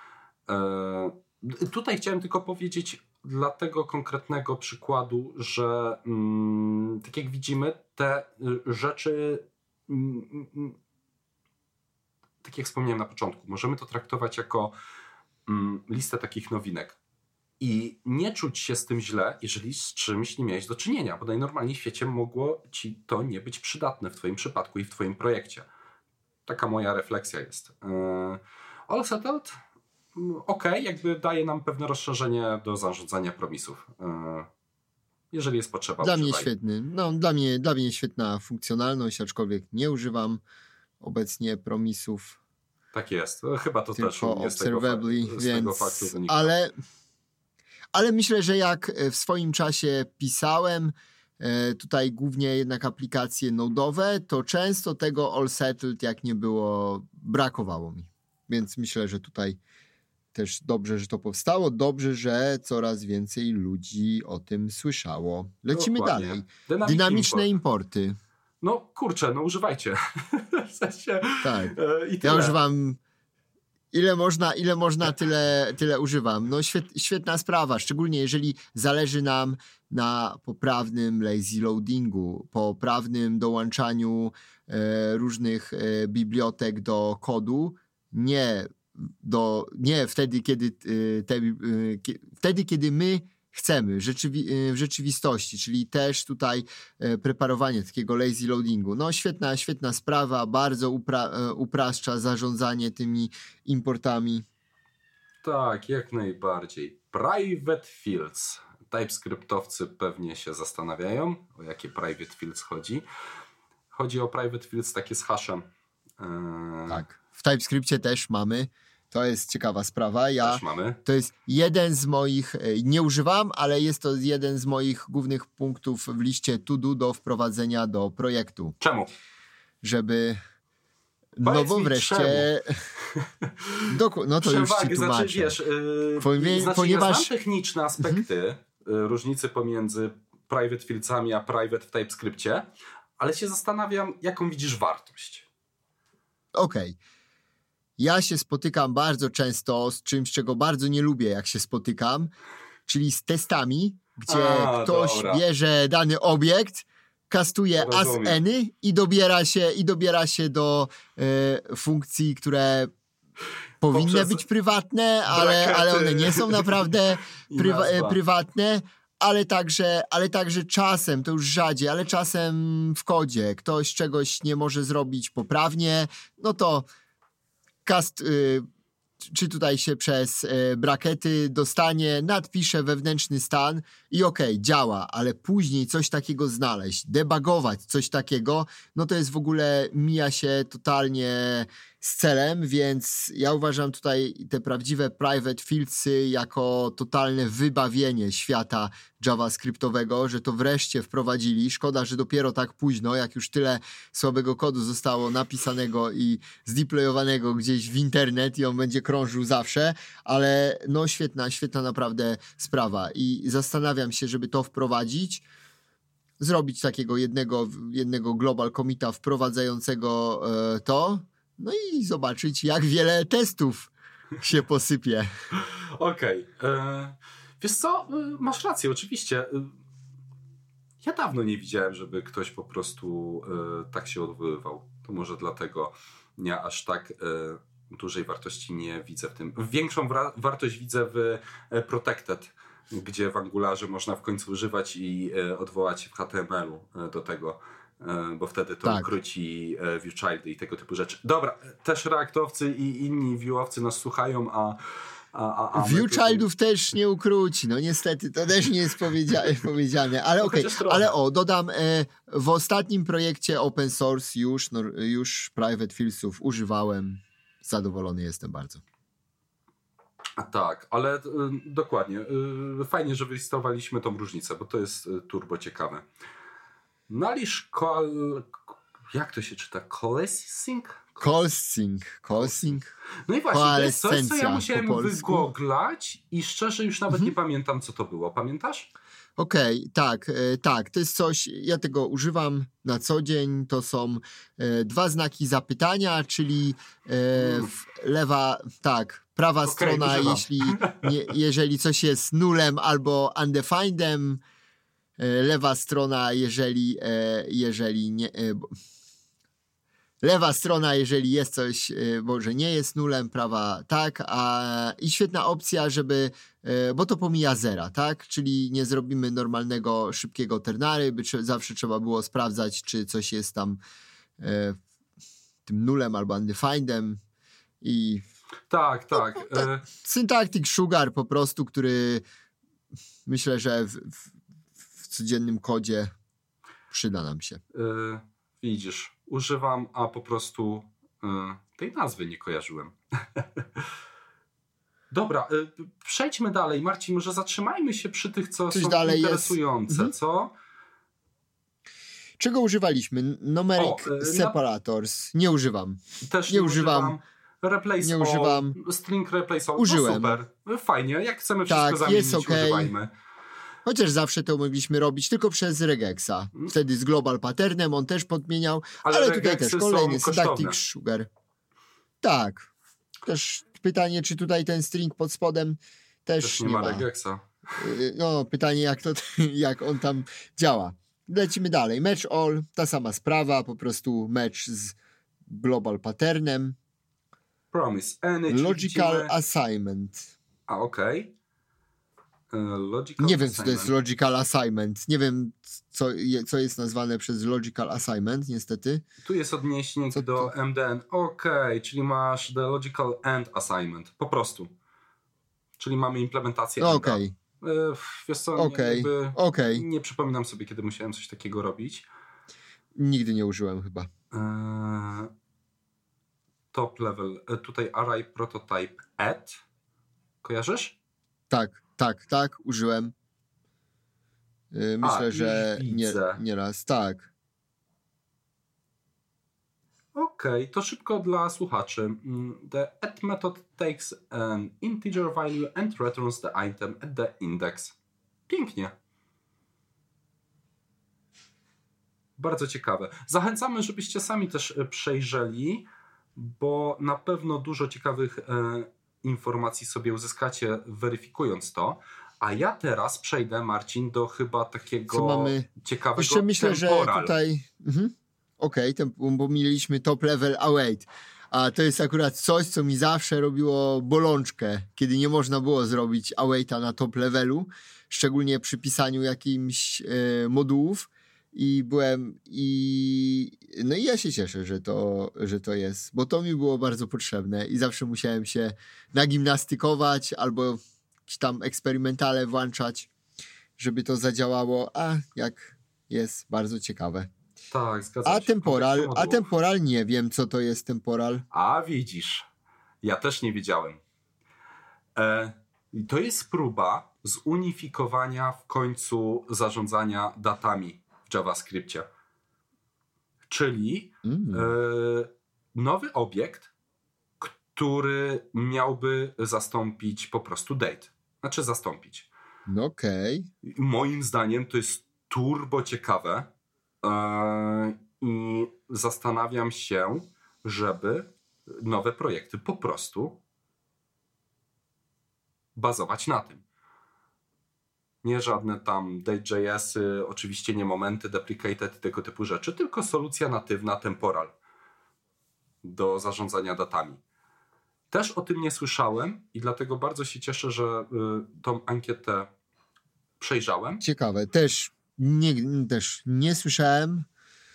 [SPEAKER 1] E, tutaj chciałem tylko powiedzieć dla tego konkretnego przykładu, że mm, tak jak widzimy, te rzeczy mm, tak jak wspomniałem na początku, możemy to traktować jako mm, listę takich nowinek i nie czuć się z tym źle, jeżeli z czymś nie miałeś do czynienia, bo najnormalniej w świecie mogło ci to nie być przydatne w twoim przypadku i w twoim projekcie. Taka moja refleksja jest. Yy, all settled? Ok, jakby daje nam pewne rozszerzenie do zarządzania promisów. Yy, jeżeli jest potrzeba,
[SPEAKER 2] Dla
[SPEAKER 1] używaj.
[SPEAKER 2] mnie świetny. No, dla mnie, dla mnie świetna funkcjonalność, aczkolwiek nie używam obecnie promisów.
[SPEAKER 1] Tak jest. Chyba to
[SPEAKER 2] tylko
[SPEAKER 1] też u mnie z tego,
[SPEAKER 2] observably,
[SPEAKER 1] fa- z
[SPEAKER 2] więc,
[SPEAKER 1] tego faktu wynika.
[SPEAKER 2] Ale, ale myślę, że jak w swoim czasie pisałem tutaj głównie jednak aplikacje nodowe, to często tego all settled jak nie było, brakowało mi. Więc myślę, że tutaj też dobrze, że to powstało. Dobrze, że coraz więcej ludzi o tym słyszało. Lecimy
[SPEAKER 1] Dokładnie.
[SPEAKER 2] dalej.
[SPEAKER 1] Dynamiki
[SPEAKER 2] Dynamiczne
[SPEAKER 1] import.
[SPEAKER 2] importy.
[SPEAKER 1] No kurczę, no używajcie. W sensie,
[SPEAKER 2] tak.
[SPEAKER 1] e, i tyle.
[SPEAKER 2] Ja używam ile można, ile można tyle, tyle używam. No świet, świetna sprawa, szczególnie jeżeli zależy nam na poprawnym lazy loadingu, poprawnym dołączaniu e, różnych e, bibliotek do kodu, nie do, nie wtedy, kiedy e, te, e, kie, wtedy, kiedy my chcemy rzeczywi- w rzeczywistości, czyli też tutaj e, preparowanie takiego lazy loadingu. No świetna, świetna sprawa, bardzo upra- e, upraszcza zarządzanie tymi importami.
[SPEAKER 1] Tak, jak najbardziej. Private fields. TypeScriptowcy pewnie się zastanawiają, o jakie private fields chodzi. Chodzi o private fields takie z hashem. Eee...
[SPEAKER 2] Tak, w TypeScriptie też mamy. To jest ciekawa sprawa. Ja,
[SPEAKER 1] Też mamy.
[SPEAKER 2] To jest jeden z moich, nie używam, ale jest to jeden z moich głównych punktów w liście to do do wprowadzenia do projektu.
[SPEAKER 1] Czemu?
[SPEAKER 2] Żeby...
[SPEAKER 1] Powiedz
[SPEAKER 2] no bo
[SPEAKER 1] mi,
[SPEAKER 2] wreszcie... Doku... No to
[SPEAKER 1] Przewagi,
[SPEAKER 2] już ci tłumaczę.
[SPEAKER 1] znaczy, wiesz, yy,
[SPEAKER 2] Powie...
[SPEAKER 1] znaczy
[SPEAKER 2] Ponieważ...
[SPEAKER 1] ja znam techniczne aspekty mhm. yy, różnicy pomiędzy private fieldsami a private w TypeScriptie, ale się zastanawiam, jaką widzisz wartość.
[SPEAKER 2] Okej. Okay. Ja się spotykam bardzo często z czymś, czego bardzo nie lubię, jak się spotykam, czyli z testami, gdzie A, ktoś dobra. bierze dany obiekt, kastuje as any i dobiera się, i dobiera się do e, funkcji, które powinny Poprzez być prywatne, ale, ale one nie są naprawdę prywa- prywatne. Ale także, ale także czasem, to już rzadziej, ale czasem w kodzie ktoś czegoś nie może zrobić poprawnie, no to cast, y, czy tutaj się przez y, brakety dostanie, nadpisze wewnętrzny stan i okej, okay, działa, ale później coś takiego znaleźć, debugować coś takiego, no to jest w ogóle, mija się totalnie z celem, więc ja uważam tutaj te prawdziwe private fieldsy jako totalne wybawienie świata javascriptowego, że to wreszcie wprowadzili. Szkoda, że dopiero tak późno, jak już tyle słabego kodu zostało napisanego i zdeployowanego gdzieś w internet i on będzie krążył zawsze, ale no świetna, świetna naprawdę sprawa i zastanawiam się, żeby to wprowadzić, zrobić takiego jednego, jednego global commita wprowadzającego e, to, no i zobaczyć, jak wiele testów się posypie.
[SPEAKER 1] Okej. Okay. Wiesz co? Masz rację, oczywiście. Ja dawno nie widziałem, żeby ktoś po prostu e, tak się odwoływał. To może dlatego ja aż tak e, dużej wartości nie widzę w tym. Większą wra- wartość widzę w e, Protected gdzie w Angularze można w końcu używać i e, odwołać się w H T M L u e, do tego, e, bo wtedy to
[SPEAKER 2] Tak.
[SPEAKER 1] ukróci e, view childy i tego typu rzeczy. Dobra, też reaktowcy i inni viewowcy nas słuchają, a A, a, a
[SPEAKER 2] View childów też nie ukróci, no niestety, to też nie jest powiedzia- powiedziane, ale
[SPEAKER 1] No,
[SPEAKER 2] okej,
[SPEAKER 1] chociaż trochę.
[SPEAKER 2] ale o, dodam, e, w ostatnim projekcie open source już, no, już private fieldsów używałem, zadowolony jestem bardzo.
[SPEAKER 1] A tak, ale y, dokładnie, y, fajnie, że wylistowaliśmy tą różnicę, bo to jest y, turbo ciekawe. Nalisz kol... jak to się czyta? Coalescing?
[SPEAKER 2] Coalescing, coalescing.
[SPEAKER 1] No i właśnie, to jest coś, co ja
[SPEAKER 2] Koalescencja
[SPEAKER 1] musiałem
[SPEAKER 2] po polsku.
[SPEAKER 1] wygooglać i szczerze już nawet
[SPEAKER 2] Mhm.
[SPEAKER 1] nie pamiętam, co to było. Pamiętasz?
[SPEAKER 2] Okej, tak, e, tak, to jest coś, ja tego używam na co dzień, to są e, dwa znaki zapytania, czyli e, w, lewa, tak, prawa
[SPEAKER 1] Okej,
[SPEAKER 2] strona,
[SPEAKER 1] używam.
[SPEAKER 2] jeśli, nie, jeżeli coś jest nulem albo undefinedem, e, lewa strona, jeżeli, e, jeżeli nie... E, bo, lewa strona, jeżeli jest coś, e, może nie jest nulem, prawa tak, a i świetna opcja, żeby, e, bo to pomija zera, tak, czyli nie zrobimy normalnego, szybkiego ternary, by trze- zawsze trzeba było sprawdzać, czy coś jest tam e, tym nulem albo undefinedem i
[SPEAKER 1] Tak, tak. E,
[SPEAKER 2] syntactic sugar po prostu, który myślę, że w, w, w codziennym kodzie przyda nam się.
[SPEAKER 1] e, widzisz, używam, a po prostu e, tej nazwy nie kojarzyłem. Dobra, e, przejdźmy dalej. Marcin, może zatrzymajmy się przy tych, co
[SPEAKER 2] Coś
[SPEAKER 1] są
[SPEAKER 2] dalej jest.
[SPEAKER 1] interesujące,
[SPEAKER 2] Mhm.
[SPEAKER 1] co?
[SPEAKER 2] Czego używaliśmy? Numeric
[SPEAKER 1] O, e, na-
[SPEAKER 2] separators. Nie używam.
[SPEAKER 1] Też
[SPEAKER 2] Nie używam.
[SPEAKER 1] Replace
[SPEAKER 2] Nie
[SPEAKER 1] all,
[SPEAKER 2] używam.
[SPEAKER 1] String replace all.
[SPEAKER 2] Użyłem.
[SPEAKER 1] No super. Fajnie. Jak chcemy wszystko
[SPEAKER 2] Tak,
[SPEAKER 1] zamienić,
[SPEAKER 2] jest okej.
[SPEAKER 1] używajmy.
[SPEAKER 2] Chociaż zawsze to mogliśmy robić tylko przez regexa. Wtedy z global patternem on też podmieniał,
[SPEAKER 1] Ale
[SPEAKER 2] ale, tutaj
[SPEAKER 1] regexy
[SPEAKER 2] też kolejny
[SPEAKER 1] są kosztowne.
[SPEAKER 2] syntactic sugar. Tak. Też pytanie, czy tutaj ten string pod spodem też,
[SPEAKER 1] Też nie ma regexa.
[SPEAKER 2] Y, No, pytanie, jak, to, jak on tam działa. Lecimy dalej. Match all, ta sama sprawa, po prostu match z global patternem.
[SPEAKER 1] Promise. Any, czyli
[SPEAKER 2] Logical
[SPEAKER 1] widzimy-
[SPEAKER 2] assignment.
[SPEAKER 1] A, okej. E, Logical
[SPEAKER 2] Nie wiem, co to jest
[SPEAKER 1] assignment.
[SPEAKER 2] logical assignment. Nie wiem, co, je, co jest nazwane przez logical assignment, niestety.
[SPEAKER 1] Tu jest odnieśnik
[SPEAKER 2] Co
[SPEAKER 1] do
[SPEAKER 2] to?
[SPEAKER 1] M D N. Okej, czyli masz the logical end assignment. Po prostu. Czyli mamy implementację
[SPEAKER 2] No,
[SPEAKER 1] enda.
[SPEAKER 2] Okej,
[SPEAKER 1] E, Wiesz co, nie,
[SPEAKER 2] okej,
[SPEAKER 1] jakby
[SPEAKER 2] okej.
[SPEAKER 1] nie przypominam sobie, kiedy musiałem coś takiego robić.
[SPEAKER 2] Nigdy nie użyłem chyba.
[SPEAKER 1] Eee, top level. E, tutaj array prototype add. Kojarzysz?
[SPEAKER 2] Tak, tak, tak, użyłem. Yy, Myślę,
[SPEAKER 1] A, już
[SPEAKER 2] że nie,
[SPEAKER 1] widzę.
[SPEAKER 2] nie raz. Tak.
[SPEAKER 1] Okej, to szybko dla słuchaczy. Mm, The add method takes an integer value and returns the item at the index. Pięknie. Bardzo ciekawe. Zachęcamy, żebyście sami też e, przejrzeli, bo na pewno dużo ciekawych e, informacji sobie uzyskacie, weryfikując to. A ja teraz przejdę, Marcin, do chyba takiego
[SPEAKER 2] Co mamy?
[SPEAKER 1] ciekawego
[SPEAKER 2] Jeszcze myślę,
[SPEAKER 1] temporal.
[SPEAKER 2] że tutaj... Mhm. Okej, tem- bo mieliśmy top level await. A to jest akurat coś, co mi zawsze robiło bolączkę, kiedy nie można było zrobić awaita na top levelu, szczególnie przy pisaniu jakimś e, modułów. I byłem i no i ja się cieszę, że to, że to jest, bo to mi było bardzo potrzebne i zawsze musiałem się nagimnastykować albo jakieś tam eksperymentale włączać, żeby to zadziałało, a jak jest bardzo ciekawe.
[SPEAKER 1] Tak, zgadzam
[SPEAKER 2] A
[SPEAKER 1] się. W
[SPEAKER 2] temporal,
[SPEAKER 1] kontekście
[SPEAKER 2] a
[SPEAKER 1] modułów.
[SPEAKER 2] temporal nie wiem, co to jest temporal.
[SPEAKER 1] A widzisz, ja też nie wiedziałem. E, i to jest próba zunifikowania w końcu zarządzania datami w JavaScriptie. Czyli
[SPEAKER 2] Mm.
[SPEAKER 1] e, nowy obiekt, który miałby zastąpić po prostu date. Znaczy zastąpić.
[SPEAKER 2] No okej.
[SPEAKER 1] I moim zdaniem to jest turbo ciekawe e, i zastanawiam się, żeby nowe projekty po prostu bazować na tym. Nie żadne tam date.jsy, oczywiście nie momenty deprecated i tego typu rzeczy, tylko solucja natywna temporal do zarządzania datami. Też o tym nie słyszałem i dlatego bardzo się cieszę, że y, tą ankietę przejrzałem.
[SPEAKER 2] Ciekawe. Też nie, też nie słyszałem,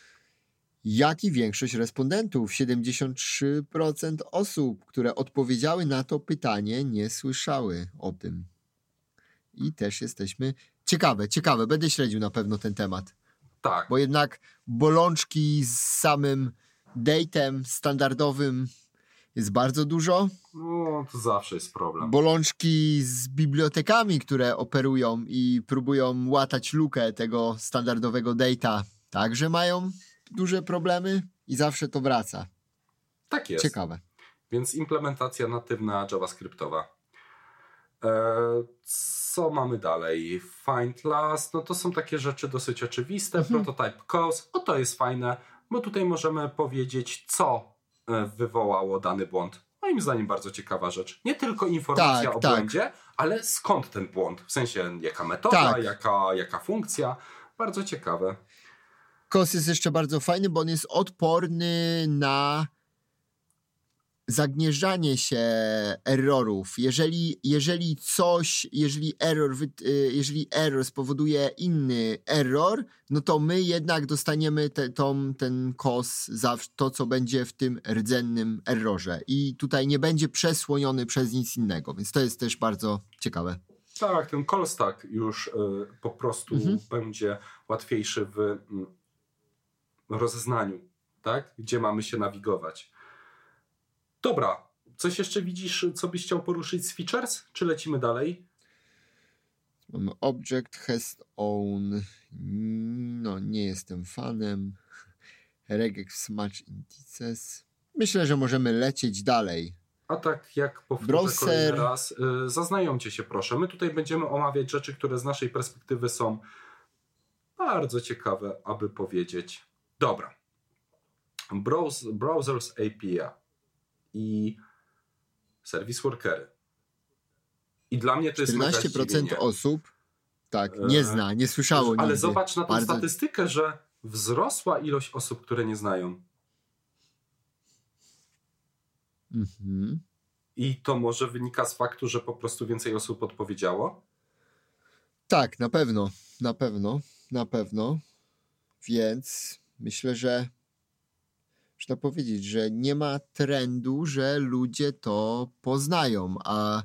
[SPEAKER 2] jak i większość respondentów, siedemdziesiąt trzy procent osób, które odpowiedziały na to pytanie, nie słyszały o tym. I też jesteśmy... Ciekawe, ciekawe. Będę śledził na pewno ten temat.
[SPEAKER 1] Tak.
[SPEAKER 2] Bo jednak bolączki z samym datem standardowym jest bardzo dużo.
[SPEAKER 1] No, to zawsze jest problem.
[SPEAKER 2] Bolączki z bibliotekami, które operują i próbują łatać lukę tego standardowego data, także mają duże problemy i zawsze to wraca.
[SPEAKER 1] Tak jest.
[SPEAKER 2] Ciekawe.
[SPEAKER 1] Więc implementacja natywna JavaScriptowa. Eee, co mamy dalej? Find last, no to są takie rzeczy dosyć oczywiste. Mhm. Prototype cause, o to jest fajne, bo tutaj możemy powiedzieć, co wywołało dany błąd. Moim zdaniem bardzo ciekawa rzecz. Nie tylko informacja
[SPEAKER 2] tak,
[SPEAKER 1] o
[SPEAKER 2] tak.
[SPEAKER 1] błędzie, ale skąd ten błąd? W sensie jaka metoda,
[SPEAKER 2] tak.
[SPEAKER 1] jaka, jaka funkcja. Bardzo ciekawe.
[SPEAKER 2] Cause jest jeszcze bardzo fajny, bo on jest odporny na zagnieżdżanie się errorów. Jeżeli, jeżeli coś, jeżeli error, jeżeli error spowoduje inny error, no to my jednak dostaniemy te, tą, ten cause za to, co będzie w tym rdzennym errorze. I tutaj nie będzie przesłoniony przez nic innego, więc to jest też bardzo ciekawe.
[SPEAKER 1] Tak, ten call stack już y, po prostu mhm. będzie łatwiejszy w y, rozeznaniu, tak? Gdzie mamy się nawigować. Dobra, coś jeszcze widzisz, co byś chciał poruszyć z features, czy lecimy dalej?
[SPEAKER 2] Mamy object has own, no nie jestem fanem, regex match indices. Myślę, że możemy lecieć dalej.
[SPEAKER 1] A tak jak powtórzę Browser... kolejny raz, yy, zaznajomcie się proszę. My tutaj będziemy omawiać rzeczy, które z naszej perspektywy są bardzo ciekawe, aby powiedzieć. Dobra. Browse, browsers A P I i service workery. I dla mnie to jest
[SPEAKER 2] czternaście procent osób tak, nie zna, nie słyszało nigdy.
[SPEAKER 1] Ale zobacz na tę
[SPEAKER 2] Bardzo...
[SPEAKER 1] statystykę, że wzrosła ilość osób, które nie znają.
[SPEAKER 2] Mhm.
[SPEAKER 1] I to może wynika z faktu, że po prostu więcej osób odpowiedziało?
[SPEAKER 2] Tak, na pewno. Na pewno. Na pewno. Więc myślę, że można powiedzieć, że nie ma trendu, że ludzie to poznają, a,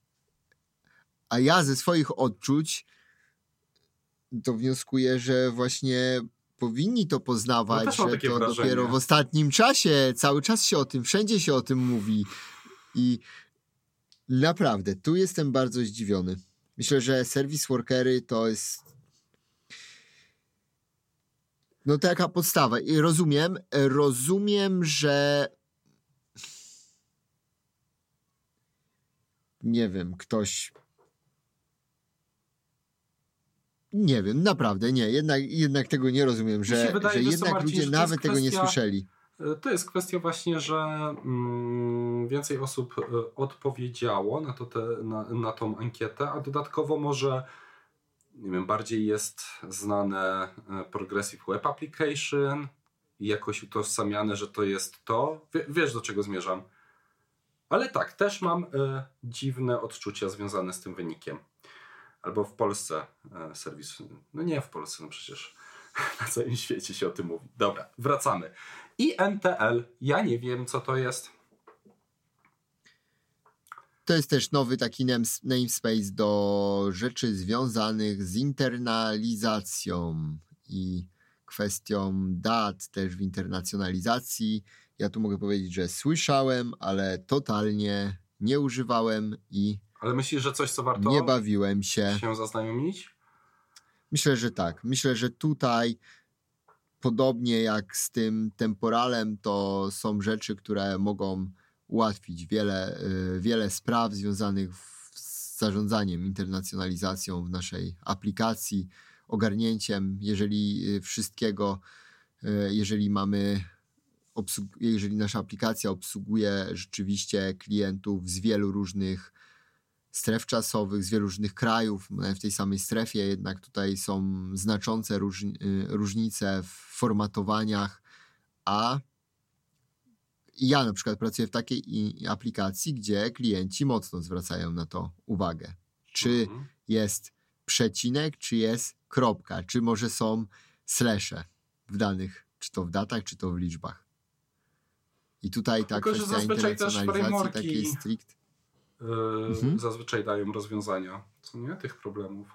[SPEAKER 2] a ja ze swoich odczuć to wnioskuję, że właśnie powinni to poznawać,
[SPEAKER 1] no
[SPEAKER 2] że to
[SPEAKER 1] wrażenie.
[SPEAKER 2] Dopiero w ostatnim czasie, cały czas się o tym, wszędzie się o tym mówi i naprawdę, tu jestem bardzo zdziwiony. Myślę, że service workery to jest no taka podstawa. I rozumiem, rozumiem, że nie wiem, ktoś nie wiem, naprawdę nie, jednak, jednak tego nie rozumiem, że, wydaje, że jednak Marcin, ludzie nawet kwestia, tego nie słyszeli.
[SPEAKER 1] To jest kwestia właśnie, że mm, więcej osób odpowiedziało na, to te, na, na tą ankietę, a dodatkowo może nie wiem, bardziej jest znane Progressive Web Application i jakoś utożsamiane, że to jest to. W, wiesz, do czego zmierzam. Ale tak, też mam y, dziwne odczucia związane z tym wynikiem. Albo w Polsce y, serwis. No nie w Polsce, no przecież na całym świecie się o tym mówi. Dobra, wracamy. I N T L, ja nie wiem, co to jest.
[SPEAKER 2] To jest też nowy taki namespace do rzeczy związanych z internalizacją i kwestią dat też w internacjonalizacji. Ja tu mogę powiedzieć, że słyszałem, ale totalnie nie używałem i
[SPEAKER 1] ale myślisz, że coś, co warto
[SPEAKER 2] nie bawiłem się.
[SPEAKER 1] się zaznajomić?
[SPEAKER 2] Myślę, że tak. Myślę, że tutaj podobnie jak z tym temporalem, to są rzeczy, które mogą ułatwić wiele, wiele spraw związanych z zarządzaniem internacjonalizacją w naszej aplikacji, ogarnięciem, jeżeli wszystkiego, jeżeli mamy, obsług- jeżeli nasza aplikacja obsługuje rzeczywiście klientów z wielu różnych stref czasowych, z wielu różnych krajów, w tej samej strefie, jednak tutaj są znaczące różni- różnice w formatowaniach, a ja na przykład pracuję w takiej aplikacji, gdzie klienci mocno zwracają na to uwagę. Czy mhm. jest przecinek, czy jest kropka, czy może są slashe w danych, czy to w datach, czy to w liczbach. I tutaj ta
[SPEAKER 1] Tylko, że
[SPEAKER 2] kwestia
[SPEAKER 1] zazwyczaj też
[SPEAKER 2] internacjonalizacji takiej
[SPEAKER 1] frameworki
[SPEAKER 2] strict.
[SPEAKER 1] yy,
[SPEAKER 2] Mhm.
[SPEAKER 1] zazwyczaj dają rozwiązania, co nie? Tych problemów.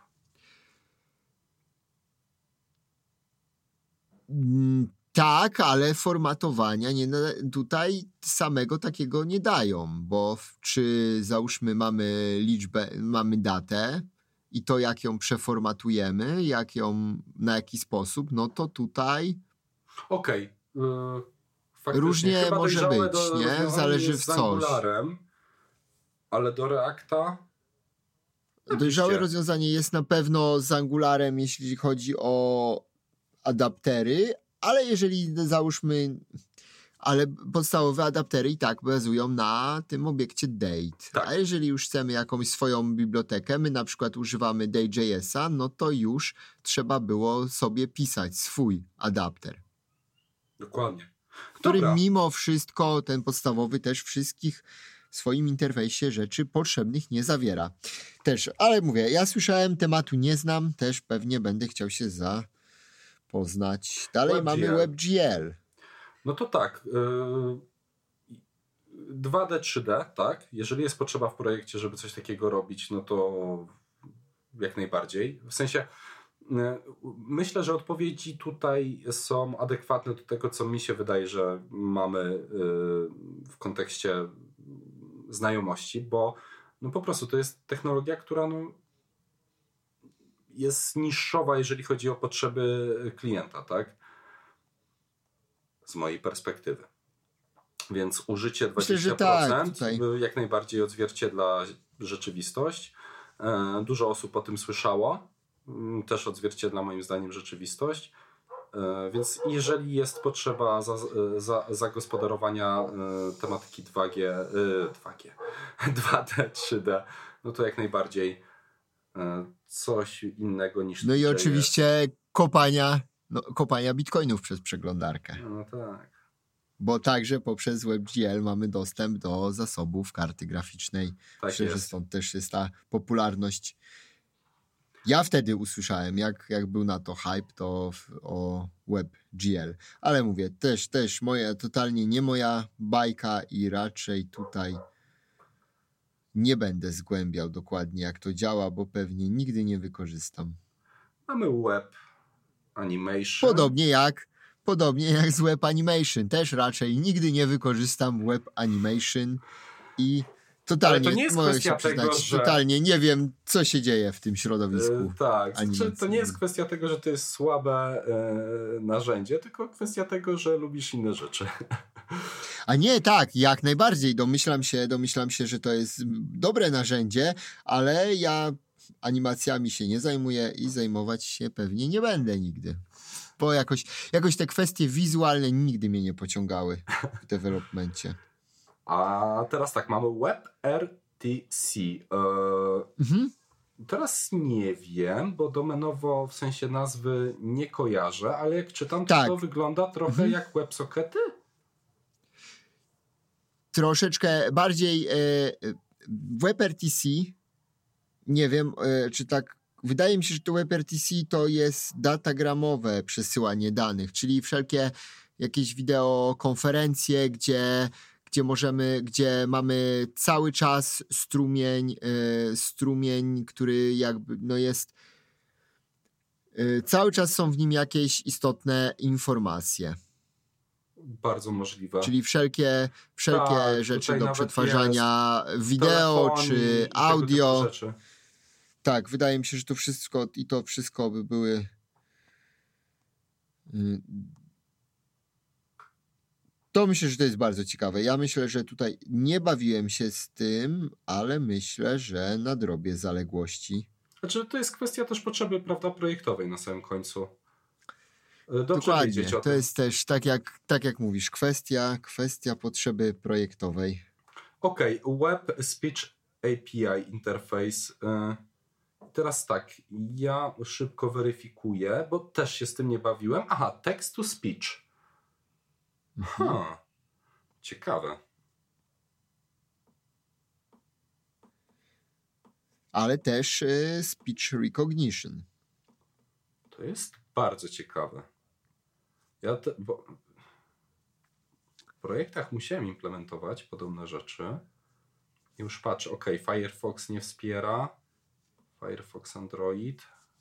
[SPEAKER 2] Mm, tak, ale formatowania nie, tutaj samego takiego nie dają, bo w, czy załóżmy mamy liczbę, mamy datę i to jak ją przeformatujemy, jak ją, na jaki sposób, no to tutaj
[SPEAKER 1] Okej. Okay. Yy, faktycznie.
[SPEAKER 2] różnie
[SPEAKER 1] Chyba
[SPEAKER 2] może być,
[SPEAKER 1] do
[SPEAKER 2] nie? Zależy
[SPEAKER 1] jest
[SPEAKER 2] w
[SPEAKER 1] z
[SPEAKER 2] coś.
[SPEAKER 1] Angularem, ale do Reacta
[SPEAKER 2] Dojrzałe rozwiązanie jest na pewno z Angularem, jeśli chodzi o adaptery, ale jeżeli załóżmy, ale podstawowe adaptery i tak bazują na tym obiekcie date.
[SPEAKER 1] Tak.
[SPEAKER 2] A jeżeli już chcemy jakąś swoją bibliotekę, my na przykład używamy date.jsa, no to już trzeba było sobie pisać swój adapter.
[SPEAKER 1] Dokładnie.
[SPEAKER 2] Który
[SPEAKER 1] Dobra.
[SPEAKER 2] mimo wszystko, ten podstawowy też wszystkich w swoim interfejsie rzeczy potrzebnych nie zawiera. Też, ale mówię, ja słyszałem, tematu nie znam, też pewnie będę chciał się zapoznać. Dalej
[SPEAKER 1] WebGL.
[SPEAKER 2] mamy WebGL.
[SPEAKER 1] No to tak. Yy, dwa D, trzy D, tak? Jeżeli jest potrzeba w projekcie, żeby coś takiego robić, no to jak najbardziej. W sensie yy, myślę, że odpowiedzi tutaj są adekwatne do tego, co mi się wydaje, że mamy yy, w kontekście znajomości, bo no po prostu to jest technologia, która no jest niższowa, jeżeli chodzi o potrzeby klienta, tak? Z mojej perspektywy. Więc użycie dwadzieścia procent
[SPEAKER 2] Myślę, że tak,
[SPEAKER 1] jak najbardziej odzwierciedla rzeczywistość. Dużo osób o tym słyszało. Też odzwierciedla moim zdaniem rzeczywistość. Więc jeżeli jest potrzeba za, za, zagospodarowania tematyki dwa G, dwa G, dwa D, trzy D, no to jak najbardziej coś innego niż
[SPEAKER 2] No i
[SPEAKER 1] jest.
[SPEAKER 2] oczywiście kopania, no, kopania bitcoinów przez przeglądarkę.
[SPEAKER 1] No tak.
[SPEAKER 2] Bo także poprzez WebGL mamy dostęp do zasobów karty graficznej.
[SPEAKER 1] Tak
[SPEAKER 2] Myślę,
[SPEAKER 1] jest.
[SPEAKER 2] że stąd też jest ta popularność. Ja wtedy usłyszałem, jak, jak był na to hype, to w, o WebGL. Ale mówię, też, też moja, totalnie nie moja bajka i raczej tutaj nie będę zgłębiał dokładnie, jak to działa, bo pewnie nigdy nie wykorzystam.
[SPEAKER 1] Mamy web animation.
[SPEAKER 2] Podobnie jak, podobnie jak z web animation. Też raczej nigdy nie wykorzystam web animation i totalnie,
[SPEAKER 1] Ale to nie jest
[SPEAKER 2] mogę
[SPEAKER 1] kwestia
[SPEAKER 2] się przyznać,
[SPEAKER 1] tego, że...
[SPEAKER 2] totalnie nie wiem, co się dzieje w tym środowisku.
[SPEAKER 1] Yy, tak,
[SPEAKER 2] animacyjnym.
[SPEAKER 1] to nie jest kwestia tego, że to jest słabe yy, narzędzie, tylko kwestia tego, że lubisz inne rzeczy.
[SPEAKER 2] A nie, tak, jak najbardziej. Domyślam się, domyślam się, że to jest dobre narzędzie, ale ja animacjami się nie zajmuję i zajmować się pewnie nie będę nigdy. Bo jakoś, jakoś te kwestie wizualne nigdy mnie nie pociągały w developmencie.
[SPEAKER 1] A teraz tak, mamy WebRTC. Yy,
[SPEAKER 2] Mhm.
[SPEAKER 1] Teraz nie wiem, bo domenowo w sensie nazwy nie kojarzę, ale jak czytam, to,
[SPEAKER 2] Tak.
[SPEAKER 1] to wygląda trochę
[SPEAKER 2] Mhm.
[SPEAKER 1] jak WebSockety.
[SPEAKER 2] Troszeczkę bardziej e, WebRTC, nie wiem, e, czy tak, wydaje mi się, że to WebRTC to jest datagramowe przesyłanie danych, czyli wszelkie jakieś wideokonferencje, gdzie, gdzie możemy, gdzie mamy cały czas strumień, e, strumień, który jakby no jest, e, cały czas są w nim jakieś istotne informacje.
[SPEAKER 1] Bardzo możliwe.
[SPEAKER 2] Czyli wszelkie, wszelkie
[SPEAKER 1] Tak,
[SPEAKER 2] rzeczy
[SPEAKER 1] tutaj
[SPEAKER 2] do
[SPEAKER 1] nawet
[SPEAKER 2] przetwarzania wideo
[SPEAKER 1] telefonii
[SPEAKER 2] czy
[SPEAKER 1] i tego
[SPEAKER 2] audio.
[SPEAKER 1] typu rzeczy.
[SPEAKER 2] Tak, wydaje mi się, że to wszystko i to wszystko by były to myślę, że to jest bardzo ciekawe. Ja myślę, że tutaj nie bawiłem się z tym, ale myślę, że nadrobię zaległości.
[SPEAKER 1] Znaczy, to jest kwestia też potrzeby, prawda, projektowej na samym końcu. Dobrze
[SPEAKER 2] Dokładnie,
[SPEAKER 1] wiedzieć o
[SPEAKER 2] to
[SPEAKER 1] tym.
[SPEAKER 2] jest też tak jak, tak jak mówisz, kwestia, kwestia potrzeby projektowej.
[SPEAKER 1] Okej, okay. Web Speech A P I Interface. Teraz tak, ja szybko weryfikuję, bo też się z tym nie bawiłem. Aha, text to speech. Aha, ciekawe.
[SPEAKER 2] ale też y, speech recognition.
[SPEAKER 1] To jest bardzo ciekawe. Ja te, bo w projektach musiałem implementować podobne rzeczy. Już patrzę, ok, Firefox nie wspiera, Firefox Android,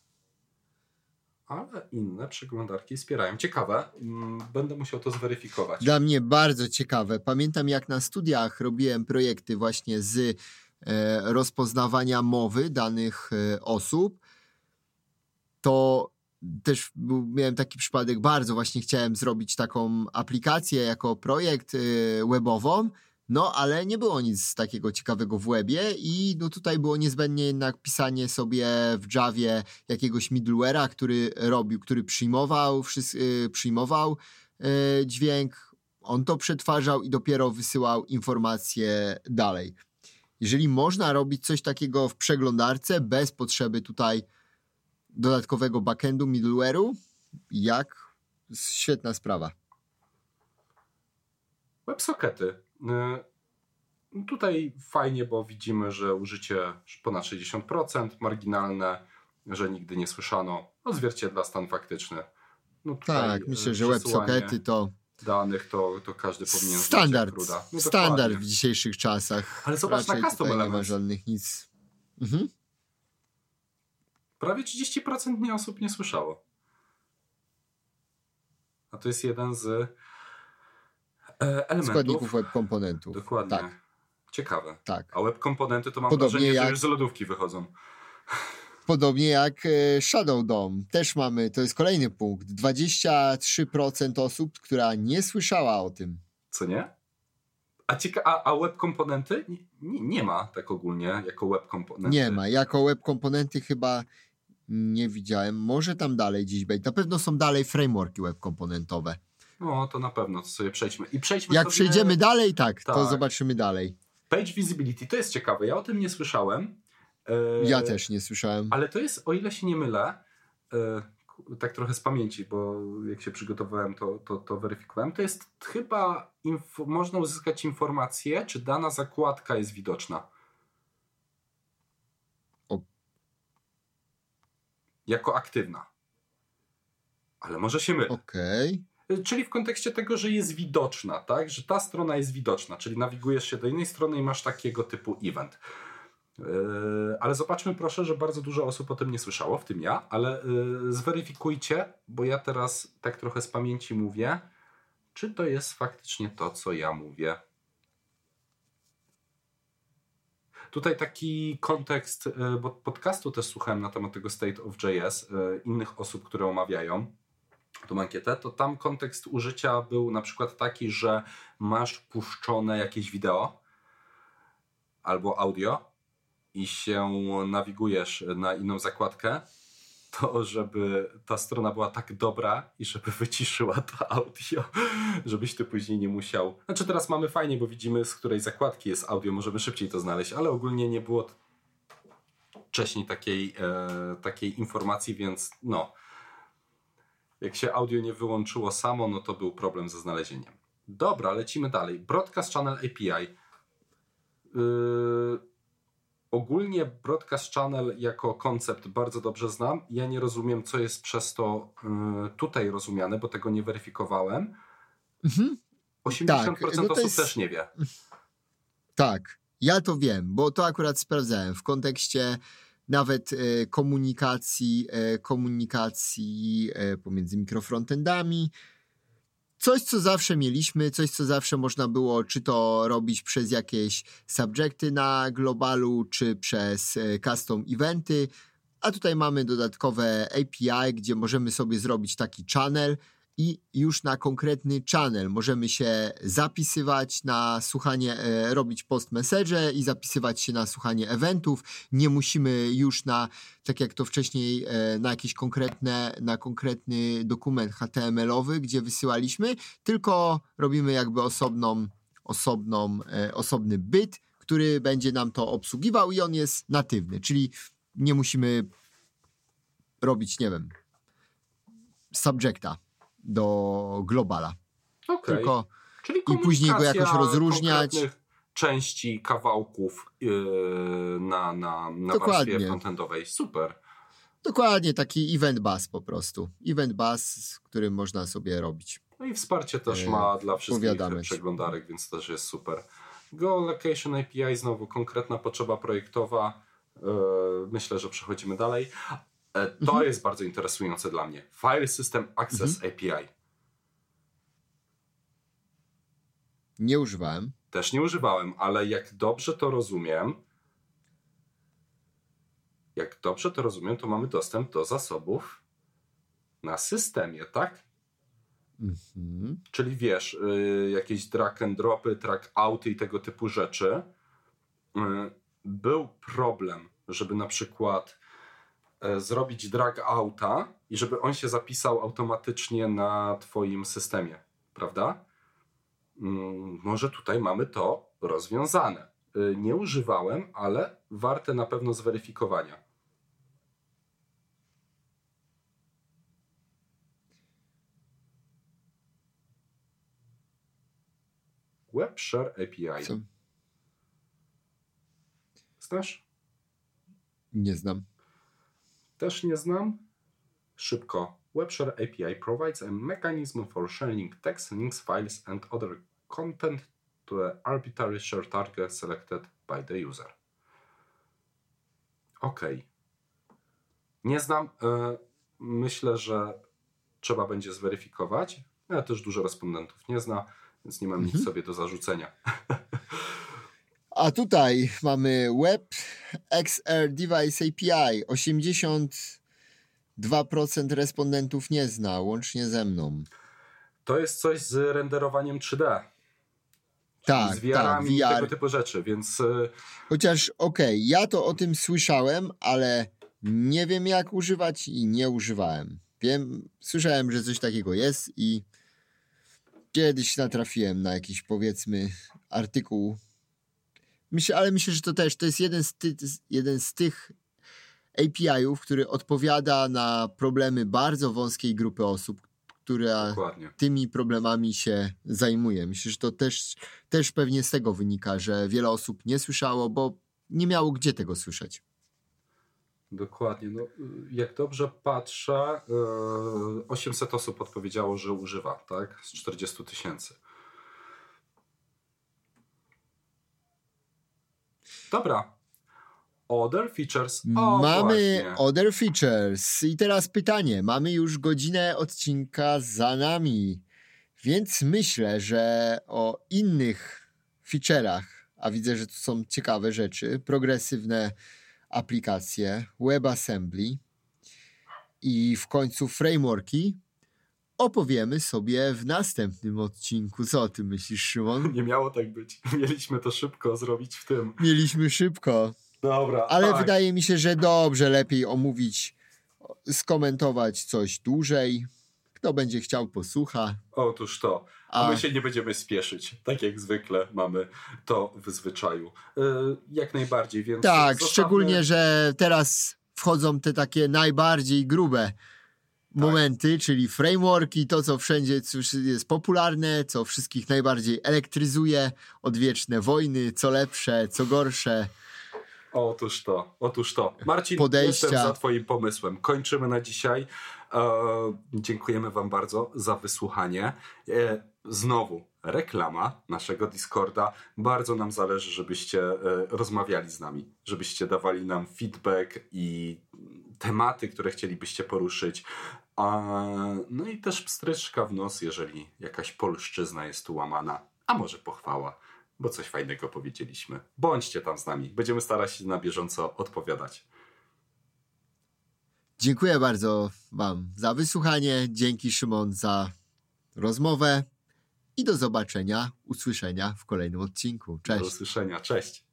[SPEAKER 1] ale inne przeglądarki wspierają. Ciekawe, będę musiał to zweryfikować.
[SPEAKER 2] Dla mnie bardzo ciekawe. Pamiętam, jak na studiach robiłem projekty właśnie z e, rozpoznawania mowy danych e, osób, to też był, miałem taki przypadek, bardzo właśnie chciałem zrobić taką aplikację jako projekt e, webową, no ale nie było nic takiego ciekawego w webie i no tutaj było niezbędnie jednak pisanie sobie w Javie jakiegoś middleware'a, który robił, który przyjmował, wszys- przyjmował e, dźwięk, on to przetwarzał i dopiero wysyłał informacje dalej. Jeżeli można robić coś takiego w przeglądarce bez potrzeby tutaj dodatkowego backendu, middleware'u, jak? Świetna sprawa.
[SPEAKER 1] WebSockety. Tutaj fajnie, bo widzimy, że użycie ponad sześćdziesiąt procent, marginalne, że nigdy nie słyszano, odzwierciedla stan faktyczny. No
[SPEAKER 2] tak, myślę, że WebSockety to
[SPEAKER 1] danych to, to każdy powinien
[SPEAKER 2] standard,
[SPEAKER 1] znać. No
[SPEAKER 2] standard w dzisiejszych czasach.
[SPEAKER 1] Ale zobacz
[SPEAKER 2] raczej
[SPEAKER 1] na custom
[SPEAKER 2] nie
[SPEAKER 1] element.
[SPEAKER 2] ma żadnych nic. Mhm.
[SPEAKER 1] Prawie trzydzieści procent nie osób nie słyszało. A to jest jeden z elementów.
[SPEAKER 2] Składników web komponentów.
[SPEAKER 1] Dokładnie.
[SPEAKER 2] Tak.
[SPEAKER 1] Ciekawe.
[SPEAKER 2] Tak.
[SPEAKER 1] A web komponenty to mam
[SPEAKER 2] Podobnie
[SPEAKER 1] wrażenie,
[SPEAKER 2] jak...
[SPEAKER 1] że już z lodówki wychodzą.
[SPEAKER 2] Podobnie jak Shadow D O M. Też mamy, to jest kolejny punkt, dwadzieścia trzy procent osób, która nie słyszała o tym.
[SPEAKER 1] Co nie? A, cieka- a, a web komponenty? Nie, nie, nie ma tak ogólnie jako web komponenty.
[SPEAKER 2] Nie ma. Jako web komponenty chyba nie widziałem. Może tam dalej gdzieś będzie. Na pewno są dalej frameworki web komponentowe.
[SPEAKER 1] No, to na pewno, to sobie przejdźmy. I przejdźmy
[SPEAKER 2] Jak
[SPEAKER 1] sobie...
[SPEAKER 2] przejdziemy dalej, tak,
[SPEAKER 1] tak,
[SPEAKER 2] to zobaczymy dalej.
[SPEAKER 1] Page visibility, to jest ciekawe, ja o tym nie słyszałem. E...
[SPEAKER 2] Ja też nie słyszałem.
[SPEAKER 1] Ale to jest, o ile się nie mylę, e... tak trochę z pamięci, bo jak się przygotowałem, to, to, to weryfikowałem, to jest chyba, inf- można uzyskać informację, czy dana zakładka jest widoczna.
[SPEAKER 2] O.
[SPEAKER 1] Jako aktywna. Ale może się mylę.
[SPEAKER 2] Okej.
[SPEAKER 1] Okay. Czyli w kontekście tego, że jest widoczna, tak? Że ta strona jest widoczna, czyli nawigujesz się do innej strony i masz takiego typu event. Yy, ale zobaczmy proszę, że bardzo dużo osób o tym nie słyszało, w tym ja, ale yy, zweryfikujcie, bo ja teraz tak trochę z pamięci mówię, czy to jest faktycznie to, co ja mówię. Tutaj taki kontekst, yy, bo podcastu też słuchałem na temat tego State of J S, yy, innych osób, które omawiają tą ankietę, to tam kontekst użycia był na przykład taki, że masz puszczone jakieś wideo albo audio i się nawigujesz na inną zakładkę, to żeby ta strona była tak dobra i żeby wyciszyła to audio, żebyś ty później nie musiał... Znaczy teraz mamy fajnie, bo widzimy, z której zakładki jest audio, możemy szybciej to znaleźć, ale ogólnie nie było wcześniej takiej, e, takiej informacji, więc no... Jak się audio nie wyłączyło samo, no to był problem ze znalezieniem. Dobra, lecimy dalej. Broadcast Channel A P I. Yy, ogólnie Broadcast Channel jako koncept bardzo dobrze znam. Ja nie rozumiem, co jest przez to yy, tutaj rozumiane, bo tego nie weryfikowałem.
[SPEAKER 2] Mhm.
[SPEAKER 1] osiemdziesiąt procent
[SPEAKER 2] tak, no
[SPEAKER 1] osób
[SPEAKER 2] jest...
[SPEAKER 1] też nie wie.
[SPEAKER 2] Tak, ja to wiem, bo to akurat sprawdzałem w kontekście nawet e, komunikacji, e, komunikacji e, pomiędzy mikrofrontendami. Coś, co zawsze mieliśmy, coś, co zawsze można było, czy to robić przez jakieś subjecty na globalu, czy przez e, custom eventy, a tutaj mamy dodatkowe A P I, gdzie możemy sobie zrobić taki channel i już na konkretny channel możemy się zapisywać na słuchanie, e, robić post message i zapisywać się na słuchanie eventów. Nie musimy już na, tak jak to wcześniej, e, na jakieś konkretne, na konkretny dokument H T M L-owy, gdzie wysyłaliśmy, tylko robimy jakby osobną, osobną, e, osobny byt, który będzie nam to obsługiwał i on jest natywny, czyli nie musimy robić, nie wiem, subjecta do globala.
[SPEAKER 1] Okay.
[SPEAKER 2] Tylko
[SPEAKER 1] czyli
[SPEAKER 2] i później go jakoś rozróżniać.
[SPEAKER 1] części, kawałków yy, na, na, na warstwie frontendowej. Super.
[SPEAKER 2] Dokładnie, taki event bus po prostu. Event bus, z którym można sobie robić.
[SPEAKER 1] No i wsparcie też ma dla wszystkich przeglądarek, więc też jest super. Geolocation A P I, znowu konkretna potrzeba projektowa. Myślę, że przechodzimy dalej. To mhm. jest bardzo interesujące dla mnie. File System Access mhm. A P I.
[SPEAKER 2] Nie używałem.
[SPEAKER 1] Też nie używałem, ale jak dobrze to rozumiem, jak dobrze to rozumiem, to mamy dostęp do zasobów na systemie, tak?
[SPEAKER 2] Mhm.
[SPEAKER 1] Czyli wiesz, y, jakieś drag and dropy, track outy i tego typu rzeczy. Y, był problem, żeby na przykład y, zrobić drag outa i żeby on się zapisał automatycznie na twoim systemie, prawda? Y, może tutaj mamy to rozwiązane. Y, nie używałem, ale warte na pewno zweryfikowania. WebShare A P I.
[SPEAKER 2] Co?
[SPEAKER 1] Znasz?
[SPEAKER 2] Nie znam.
[SPEAKER 1] Też nie znam. Szybko. WebShare A P I provides a mechanism for sharing text, links, files and other content to an arbitrary shared target selected by the user. Ok. Nie znam. Myślę, że trzeba będzie zweryfikować. Ja też dużo respondentów nie zna, więc nie mam mhm. nic sobie do zarzucenia.
[SPEAKER 2] A tutaj mamy Web X R Device A P I. osiemdziesiąt dwa procent respondentów nie zna, łącznie ze mną.
[SPEAKER 1] To jest coś z renderowaniem trzy D.
[SPEAKER 2] Tak,
[SPEAKER 1] z V R-ami
[SPEAKER 2] tak,
[SPEAKER 1] i tego typu rzeczy, więc...
[SPEAKER 2] Chociaż okej, okay, ja to o tym słyszałem, ale nie wiem jak używać i nie używałem. Wiem, słyszałem, że coś takiego jest i kiedyś natrafiłem na jakiś, powiedzmy, artykuł. Myślę, ale myślę, że to też to jest jeden z, ty, jeden z tych A P I ów, który odpowiada na problemy bardzo wąskiej grupy osób, która
[SPEAKER 1] Dokładnie.
[SPEAKER 2] tymi problemami się zajmuje. Myślę, że to też, też pewnie z tego wynika, że wiele osób nie słyszało, bo nie miało gdzie tego słyszeć.
[SPEAKER 1] Dokładnie. No, jak dobrze patrzę, osiemset osób odpowiedziało, że używa, tak? Z czterdziestu tysięcy. Dobra. Other features. O,
[SPEAKER 2] mamy
[SPEAKER 1] właśnie.
[SPEAKER 2] other features. I teraz pytanie. Mamy już godzinę odcinka za nami. Więc myślę, że o innych feature'ach, a widzę, że to są ciekawe rzeczy, progresywne aplikacje, WebAssembly i w końcu frameworki, opowiemy sobie w następnym odcinku. Co ty myślisz, Szymon?
[SPEAKER 1] Nie miało tak być. Mieliśmy to szybko zrobić w tym.
[SPEAKER 2] Mieliśmy szybko.
[SPEAKER 1] Dobra.
[SPEAKER 2] Ale
[SPEAKER 1] tak.
[SPEAKER 2] wydaje mi się, że dobrze, lepiej omówić, skomentować coś dłużej. Kto będzie chciał, posłucha.
[SPEAKER 1] Otóż to. A, A my się nie będziemy spieszyć. Tak jak zwykle mamy to w zwyczaju. Yy, jak najbardziej. Więc
[SPEAKER 2] tak,
[SPEAKER 1] zostawmy...
[SPEAKER 2] szczególnie, że teraz wchodzą te takie najbardziej grube tak. momenty, czyli frameworki, to co wszędzie jest popularne, co wszystkich najbardziej elektryzuje, odwieczne wojny, co lepsze, co gorsze.
[SPEAKER 1] Otóż to, otóż to. Marcin,
[SPEAKER 2] podejścia.
[SPEAKER 1] Jestem za twoim pomysłem. Kończymy na dzisiaj. E, dziękujemy wam bardzo za wysłuchanie. E, znowu reklama naszego Discorda. Bardzo nam zależy, żebyście e, rozmawiali z nami, żebyście dawali nam feedback i tematy, które chcielibyście poruszyć. A, no i też pstryczka w nos, jeżeli jakaś polszczyzna jest tu łamana, a może pochwała, bo coś fajnego powiedzieliśmy. Bądźcie tam z nami. Będziemy starać się na bieżąco odpowiadać.
[SPEAKER 2] Dziękuję bardzo wam za wysłuchanie. Dzięki, Szymon, za rozmowę i do zobaczenia, usłyszenia w kolejnym odcinku. Cześć.
[SPEAKER 1] Do usłyszenia. Cześć.